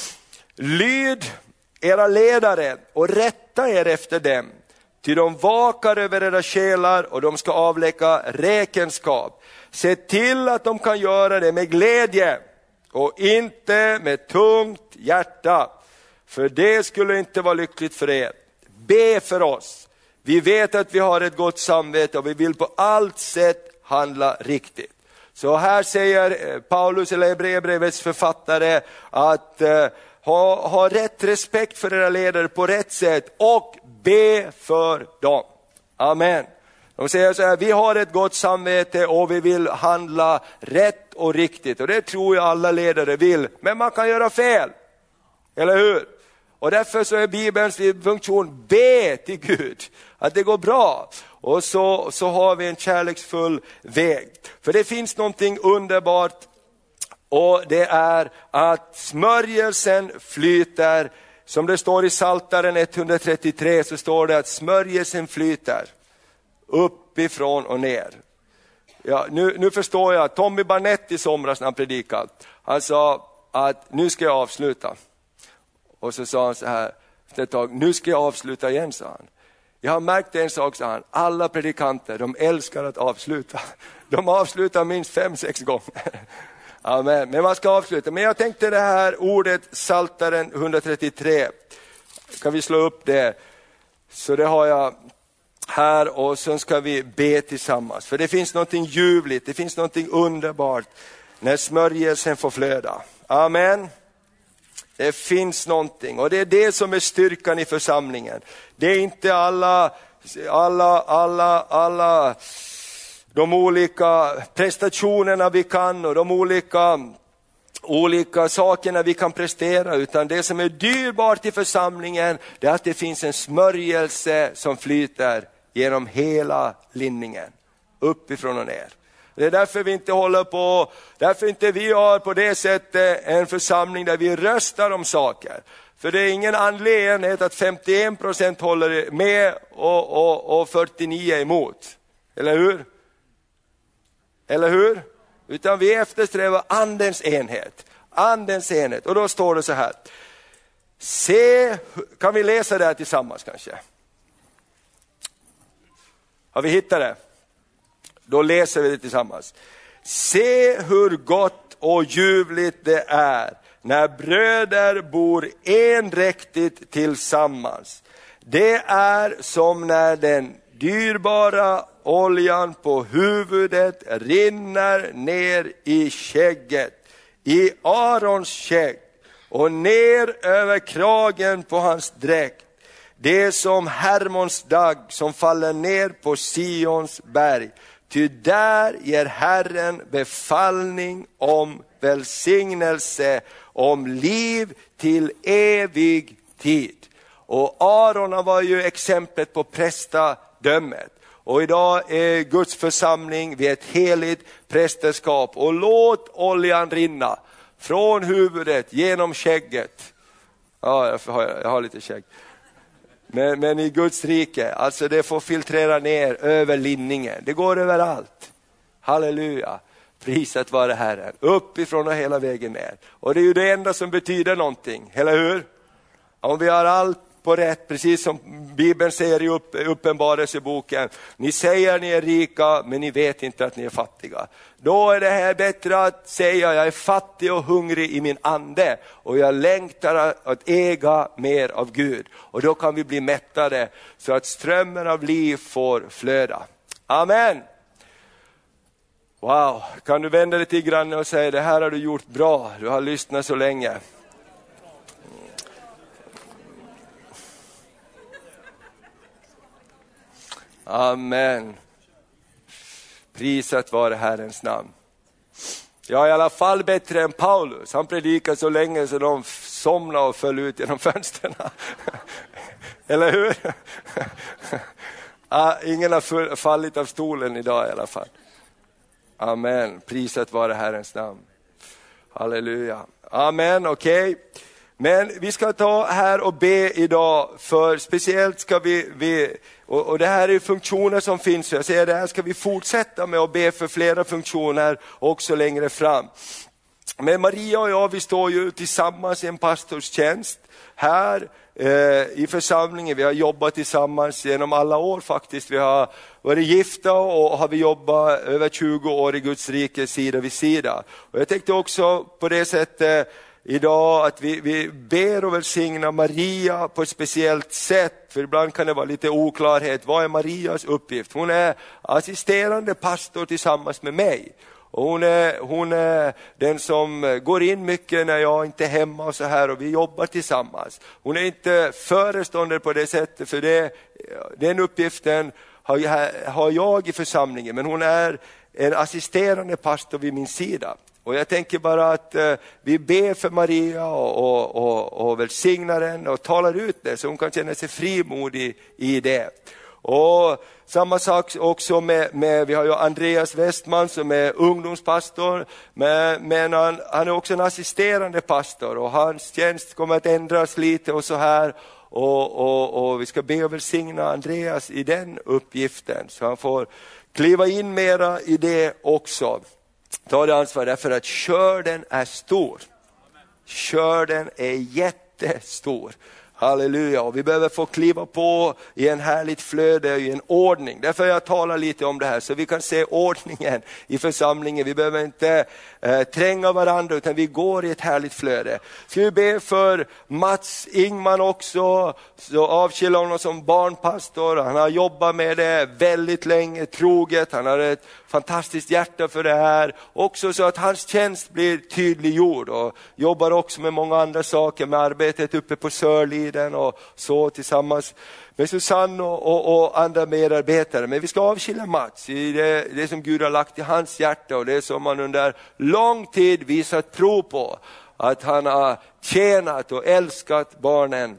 Lyd era ledare och rätta er efter dem. Ty de vakar över era själar och de ska avlägga räkenskap. Se till att de kan göra det med glädje och inte med tungt hjärta. För det skulle inte vara lyckligt för er. Be för oss. Vi vet att vi har ett gott samvete och vi vill på allt sätt handla riktigt. Så här säger Paulus eller Hebreerbrevets författare att ha rätt respekt för era ledare på rätt sätt och be för dem. Amen. De säger så här, vi har ett gott samvete och vi vill handla rätt och riktigt. Och det tror jag alla ledare vill. Men man kan göra fel. Eller hur? Och därför så är Bibelns funktion be till Gud. Att det går bra. Och så har vi en kärleksfull väg. För det finns någonting underbart. Och det är att smörjelsen flyter. Som det står i Psaltaren 133 så står det att smörjelsen flyter. Uppifrån och ner. Ja, nu förstår jag. Tommy Barnett i somras när han predikade. Han sa att nu ska jag avsluta. Och så sa han så här efter ett tag, nu ska jag avsluta igen, sa han. Jag har märkt en sak, sa han. Alla predikanter, de älskar att avsluta. De avslutar minst 5-6 gånger. Amen. Men man ska avsluta. Men jag tänkte det här ordet Psaltaren 133. Kan vi slå upp det? Så det har jag här och sen ska vi be tillsammans. För det finns någonting ljuvligt, det finns någonting underbart när smörjelsen får flöda. Amen. Det finns någonting och det är det som är styrkan i församlingen. Det är inte alla de olika prestationerna vi kan och de olika sakerna vi kan prestera, utan det som är dyrbart i församlingen det är att det finns en smörjelse som flyter genom hela linningen, uppifrån och ner. Det är därför vi inte håller på, därför inte vi har på det sättet en församling där vi röstar om saker. För det är ingen anledning att 51% håller med och 49% emot. Eller hur? Eller hur? Utan vi eftersträvar andens enhet. Andens enhet. Och då står det så här. Se, kan vi läsa det här tillsammans kanske? Har vi hittat det? Då läser vi det tillsammans. Se hur gott och ljuvligt det är när bröder bor endräktigt tillsammans. Det är som när den dyrbara oljan på huvudet rinner ner i skägget, i Arons skägg och ner över kragen på hans dräkt. Det är som Hermons dag som faller ner på Sions berg. Ty där ger Herren befallning om välsignelse, om liv till evig tid. Och Aron var ju exemplet på prästadömet. Och idag är Guds församling vid ett heligt prästerskap. Och låt oljan rinna från huvudet genom skägget. Ja, jag har lite skägg. Men i Guds rike, alltså det får filtrera ner över linningen. Det går överallt. Halleluja. Prisat vare Herren. Uppifrån och hela vägen ner. Och det är ju det enda som betyder någonting. Eller hur? Om vi har allt på rätt, precis som Bibeln säger i uppenbarelseboken. Ni säger ni är rika, men ni vet inte att ni är fattiga. Då är det här bättre att säga jag är fattig och hungrig i min ande. Och jag längtar att äga mer av Gud. Och då kan vi bli mättade så att strömmen av liv får flöda. Amen. Wow, kan du vända dig till grannen och säga det här har du gjort bra. Du har lyssnat så länge. Amen. Prisat vare Herrens namn. Jag är i alla fall bättre än Paulus. Han predikade så länge så de somnade och föll ut genom fönstren. Eller hur? Ingen har fallit av stolen idag i alla fall. Amen. Prisat vare Herrens namn. Halleluja. Amen, okej. Men vi ska ta här och be idag, för speciellt ska vi och det här är funktioner som finns. Jag säger det här ska vi fortsätta med att be för flera funktioner också längre fram. Men Maria och jag, vi står ju tillsammans i en pastorstjänst här i församlingen. Vi har jobbat tillsammans genom alla år faktiskt. Vi har varit gifta och har vi jobbat över 20 år i Guds rike sida vid sida. Och jag tänkte också på det sättet idag att vi ber och välsignar Maria på ett speciellt sätt. För ibland kan det vara lite oklarhet. Vad är Marias uppgift? Hon är assisterande pastor tillsammans med mig. Och hon är den som går in mycket när jag inte är hemma och så här, och vi jobbar tillsammans. Hon är inte föreståndare på det sättet, för den uppgiften har jag i församlingen. Men hon är en assisterande pastor vid min sida. Och jag tänker bara att vi ber för Maria och välsignar henne och talar ut det så hon kan känna sig frimodig i det. Och samma sak också med vi har ju Andreas Westman som är ungdomspastor, men han är också en assisterande pastor och hans tjänst kommer att ändras lite och så här. Och vi ska be och välsigna Andreas i den uppgiften så han får kliva in mera i det också. Ta det ansvar därför att körden är stor. Körden är jättestor. Halleluja, och vi behöver få kliva på i en härligt flöde, i en ordning. Därför jag talar lite om det här så vi kan se ordningen i församlingen. Vi behöver inte tränga varandra utan vi går i ett härligt flöde. Ska vi be för Mats Ingman också, så avskilja honom som barnpastor. Han har jobbat med det väldigt länge, troget. Han har ett fantastiskt hjärta för det här. Också så att hans tjänst blir tydliggjord och jobbar också med många andra saker med arbetet uppe på Sörliden och så tillsammans med Susanne och andra medarbetare. Men vi ska avskilja Mats i det som Gud har lagt i hans hjärta och det som han under lång tid visat prov på. Att han har tjänat och älskat barnen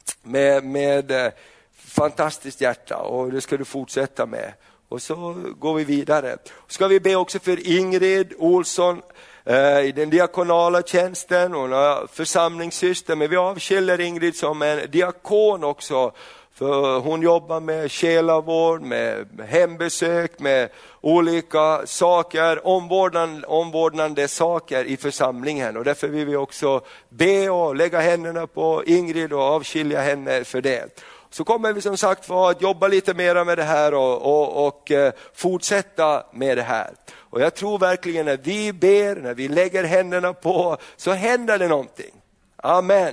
med fantastiskt hjärta, och det ska du fortsätta med. Och så går vi vidare. Ska vi be också för Ingrid Olsson i den diakonala tjänsten. Hon är församlingssyster, men vi avskiljer Ingrid som en diakon också. För hon jobbar med själavård, med hembesök, med olika saker, omvårdnande saker i församlingen. Och därför vill vi också be och lägga händerna på Ingrid och avskilja henne för det. Så kommer vi som sagt att jobba lite mer med det här och fortsätta med det här. Och jag tror verkligen när vi ber, när vi lägger händerna på, så händer det någonting. Amen.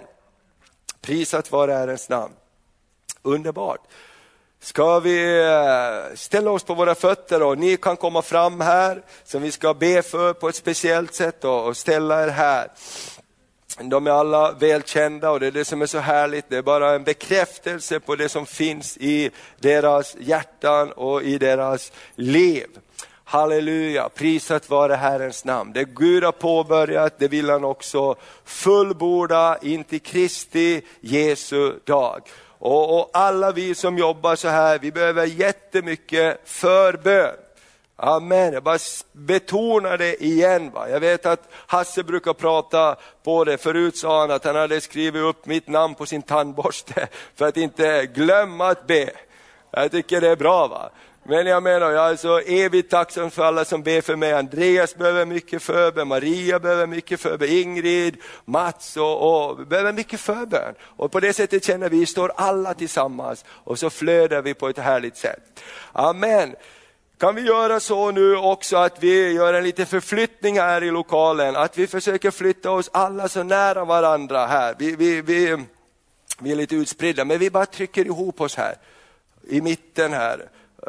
Prisat vare Herrens namn. Underbart. Ska vi ställa oss på våra fötter och ni kan komma fram här som vi ska be för på ett speciellt sätt och ställa er här. De är alla välkända och det är det som är så härligt. Det är bara en bekräftelse på det som finns i deras hjärtan och i deras liv. Halleluja, prisat vare Herrens namn. Det Gud har påbörjat, det vill han också fullborda in till Kristi Jesu dag. Och alla vi som jobbar så här, vi behöver jättemycket förbön. Amen, jag bara betonar det igen. Va? Jag vet att Hasse brukar prata på det. Förut sa han att han hade skrivit upp mitt namn på sin tandborste för att inte glömma att be. Jag tycker det är bra, va? Men jag menar, jag är så evigt tacksam för alla som ber för mig. Andreas behöver mycket förbön, Maria behöver mycket förbön, Ingrid, Mats och behöver mycket förbön. Och på det sättet känner vi står alla tillsammans och så flödar vi på ett härligt sätt. Amen. Kan vi göra så nu också att vi gör en liten förflyttning här i lokalen. Att vi försöker flytta oss alla så nära varandra här. Vi är lite utspridda, men vi bara trycker ihop oss här. I mitten här.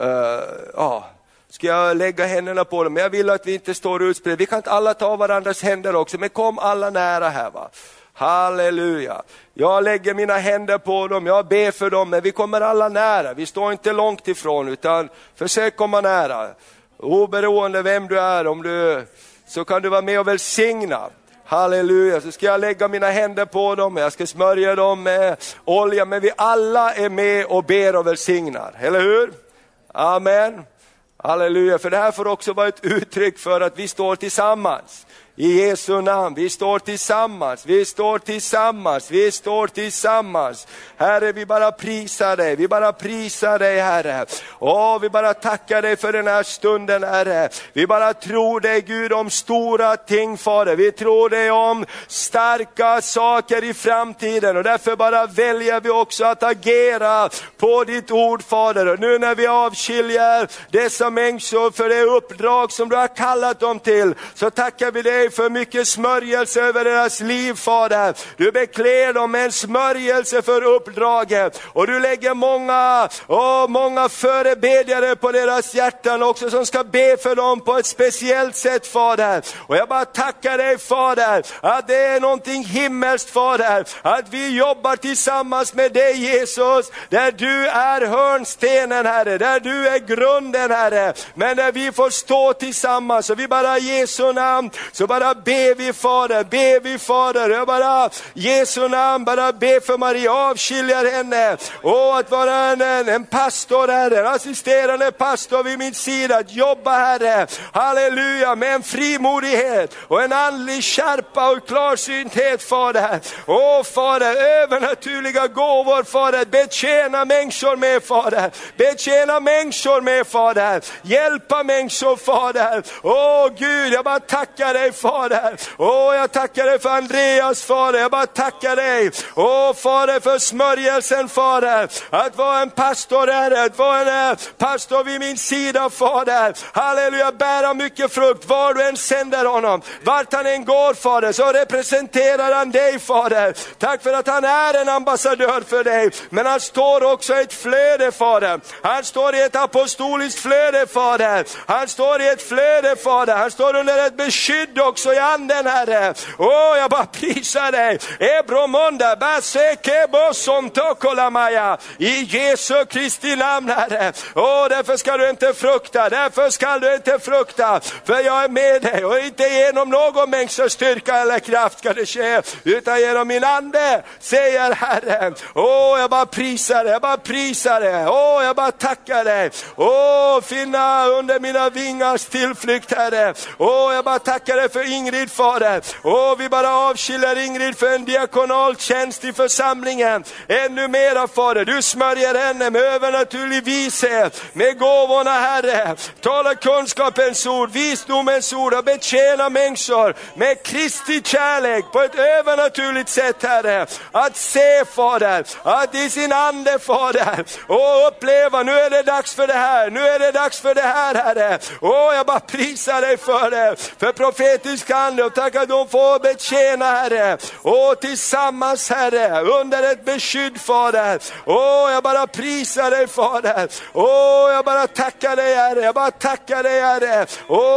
Ska jag lägga händerna på dem? Men jag vill att vi inte står utspridda. Vi kan inte alla ta varandras händer också, men kom alla nära här, va. Halleluja. Jag lägger mina händer på dem, jag ber för dem, men vi kommer alla nära. Vi står inte långt ifrån, utan försök komma nära. Oberoende vem du är, om du, så kan du vara med och välsigna. Halleluja, så ska jag lägga mina händer på dem, jag ska smörja dem med olja, men vi alla är med och ber och välsignar, eller hur? Amen. Halleluja, för det här får också vara ett uttryck för att vi står tillsammans. I Jesu namn, vi står tillsammans, vi står tillsammans, vi står tillsammans. Herre, vi bara prisar dig, vi bara prisar dig, Herre. Vi bara tackar dig för den här stunden, Herre. Vi bara tror dig, Gud, om stora ting, Fader. Vi tror dig om starka saker i framtiden, och därför bara väljer vi också att agera på ditt ord, Fader. Och nu när vi avskiljer dessa människor för det uppdrag som du har kallat dem till, så tackar vi dig för mycket smörjelse över deras liv, Fader. Du beklär dem med en smörjelse för uppdraget, och du lägger många förebedjare på deras hjärtan också, som ska be för dem på ett speciellt sätt, Fader. Och jag bara tackar dig, Fader, att det är någonting himmelskt, Fader, att vi jobbar tillsammans med dig, Jesus, där du är hörnstenen, Herre, där du är grunden, Herre, men där vi får stå tillsammans. Och vi bara i Jesu namn, så bara ber vi, Fader, jag bara Jesu namn, bara be för Maria, avskiljar henne, och att vara en pastor, Herre, en assisterande pastor vid min sida, att jobba, Herre, halleluja, med en frimodighet och en andlig skärpa och klarsynthet, Fader. Fader, övernaturliga gåvor, Fader, betjäna människor med, Fader, betjäna människor med, Fader, hjälpa människor, Fader. Gud, jag bara tackar dig, Fader. Jag tackar dig för Andreas, Fader. Jag bara tackar dig, Fader, för smörjelsen, Fader, att vara en pastor, Herre, att vara en pastor vid min sida, Fader. Halleluja, bära mycket frukt var du än sänder honom, vart han än går, Fader, så representerar han dig, Fader. Tack för att han är en ambassadör för dig, men han står också i ett flöde, Fader. Han står i ett apostoliskt flöde, Fader. Han står i ett flöde, Fader. Han står under ett beskydd också i anden, Herre. Jag bara prisar dig. Ebromonda, basekebo som tokolamaya. I Jesu Kristi namn, Herre. Därför ska du inte frukta. Därför ska du inte frukta. För jag är med dig. Och inte genom någon människas styrka eller kraft ska det ske, utan genom min ande, säger Herren. Jag bara prisar dig. Jag bara prisar dig. Jag bara tackar dig. Finna under mina vingars tillflykt, Herre. Jag bara tackar dig för Ingrid, Fader. Vi bara avskiljer Ingrid för en diakonal tjänst i församlingen. Ännu mera, Fader. Du smörjer henne med övernaturlig vishet, med gåvorna, Herre. Tala kunskapens ord, visdomens ord, och betjäna människor med Kristi kärlek på ett övernaturligt sätt, Herre. Att se, Fader, att i sin ande, Fader, och uppleva, nu är det dags för det här, nu är det dags för det här, Herre. Jag bara prisar dig för det, för profetisk ande, och tack att de får betjäna, Herre, tillsammans, Herre, under ett beskydd, Fader. Jag bara prisar dig, Fader. Jag bara tackar dig, Herre, jag bara tackar dig, Herre.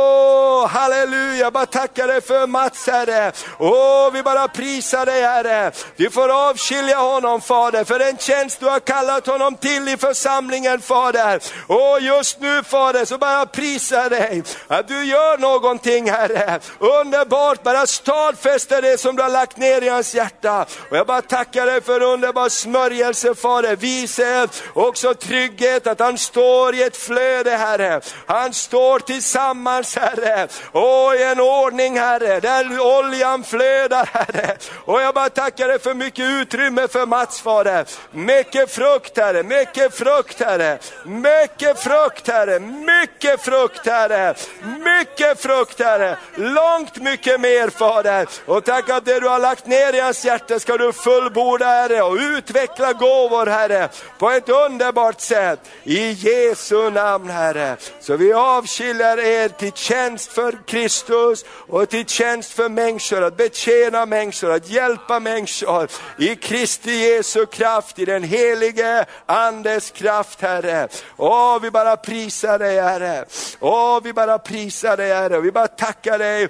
Halleluja, jag bara tackar dig för Mats, Herre. Vi bara prisar dig, Herre. Vi får avskilja honom, Fader, för den tjänst du har kallat honom till i församlingen, Fader. Just nu, Fader, så bara prisar dig att du gör någonting, Herre. Underbart, bara stadfäster det som du har lagt ner i hans hjärta. Och jag bara tackar dig för underbar smörjelse, Fader. Vishet, också trygghet, att han står i ett flöde, Herre. Han står tillsammans, Herre. I en ordning, Herre, där oljan flödar, Herre. Och jag bara tackar dig för mycket utrymme för Mats, Fader. Mycket frukt, Herre, mycket frukt, Herre. Mycket frukt, Herre, mycket frukt, Herre. Mycket frukt, Herre. Långt mycket mer, Fader. Och tack att det du har lagt ner i hans hjärta ska du fullborda, Herre, och utveckla gåvor, Herre, på ett underbart sätt. I Jesu namn, Herre. Så vi avskiljer er till tjänst för Kristus och till tjänst för människor, att betjäna människor, att hjälpa människor i Kristi Jesu kraft, i den helige Andes kraft, Herre. Vi bara prisar dig, Herre. Vi bara prisar dig, Herre. Vi bara tackar dig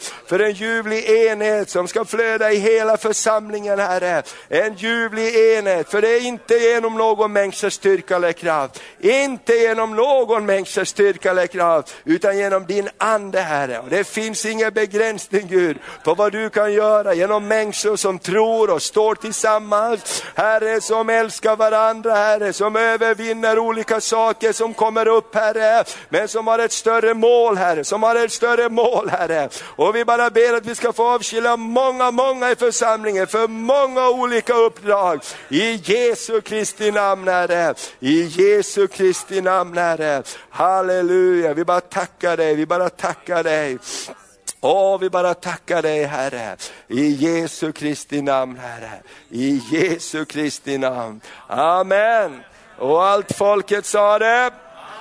för en ljuvlig enhet som ska flöda i hela församlingen, Herre. En ljuvlig enhet, för det är inte genom någon människas styrka eller kraft. Inte genom någon människas styrka eller kraft, utan genom din ande, Herre. Och det finns ingen begränsning, Gud, på vad du kan göra genom människor som tror och står tillsammans, Herre, som älskar varandra, Herre, som övervinner olika saker som kommer upp, Herre, men som har ett större mål, Herre, som har ett större mål, Herre. Och vi bara ber att vi ska få avskilja många i församlingen för många olika uppdrag. I Jesu Kristi namn, Herre. I Jesu Kristi namn, Herre. Halleluja, vi bara tackar dig, vi bara tackar dig. Vi bara tackar dig, Herre, i Jesu Kristi namn, Herre, i Jesu Kristi namn. Amen. Och allt folket sa det.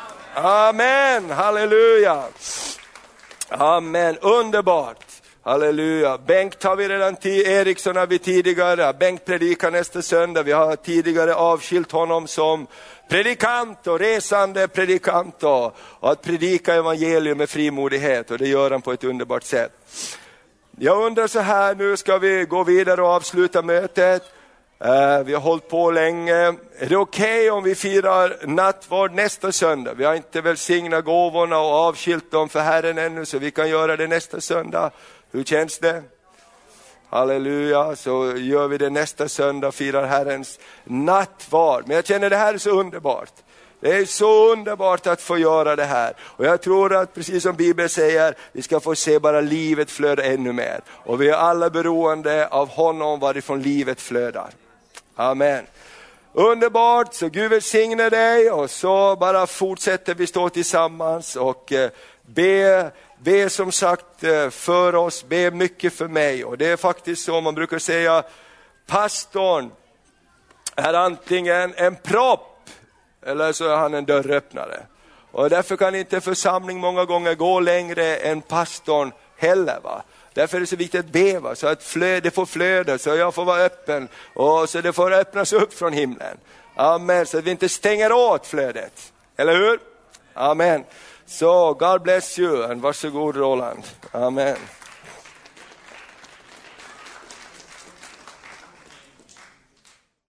Amen, halleluja. Amen, underbart. Halleluja. Bengt har vi redan Eriksson har vi tidigare. Bengt predikar nästa söndag. Vi har tidigare avskilt honom som predikant och resande predikant. Och att predika evangelium med frimodighet. Och det gör han på ett underbart sätt. Jag undrar så här, nu ska vi gå vidare och avsluta mötet. Vi har hållit på länge. Är det okej om vi firar nattvard nästa söndag? Vi har inte välsignat gåvorna och avskilt dem för Herren ännu, så vi kan göra det nästa söndag. Hur känns det? Halleluja, så gör vi det nästa söndag, firar Herrens nattvard. Men jag känner det här är så underbart. Det är så underbart att få göra det här. Och jag tror att precis som Bibeln säger, vi ska få se bara livet flöda ännu mer. Och vi är alla beroende av honom varifrån livet flödar. Amen. Underbart, så Gud välsigne dig, och så bara fortsätter vi stå tillsammans och be som sagt för oss, be mycket för mig. Och det är faktiskt så, man brukar säga, pastorn är antingen en propp eller så är han en dörröppnare. Och därför kan inte församling många gånger gå längre än pastorn heller, va. Därför är det så viktigt att be, va? Så att det får flöda, så jag får vara öppen och så det får öppnas upp från himlen. Amen, så att vi inte stänger åt flödet. Eller hur? Amen. Så God bless you, and varsågod Roland. Amen.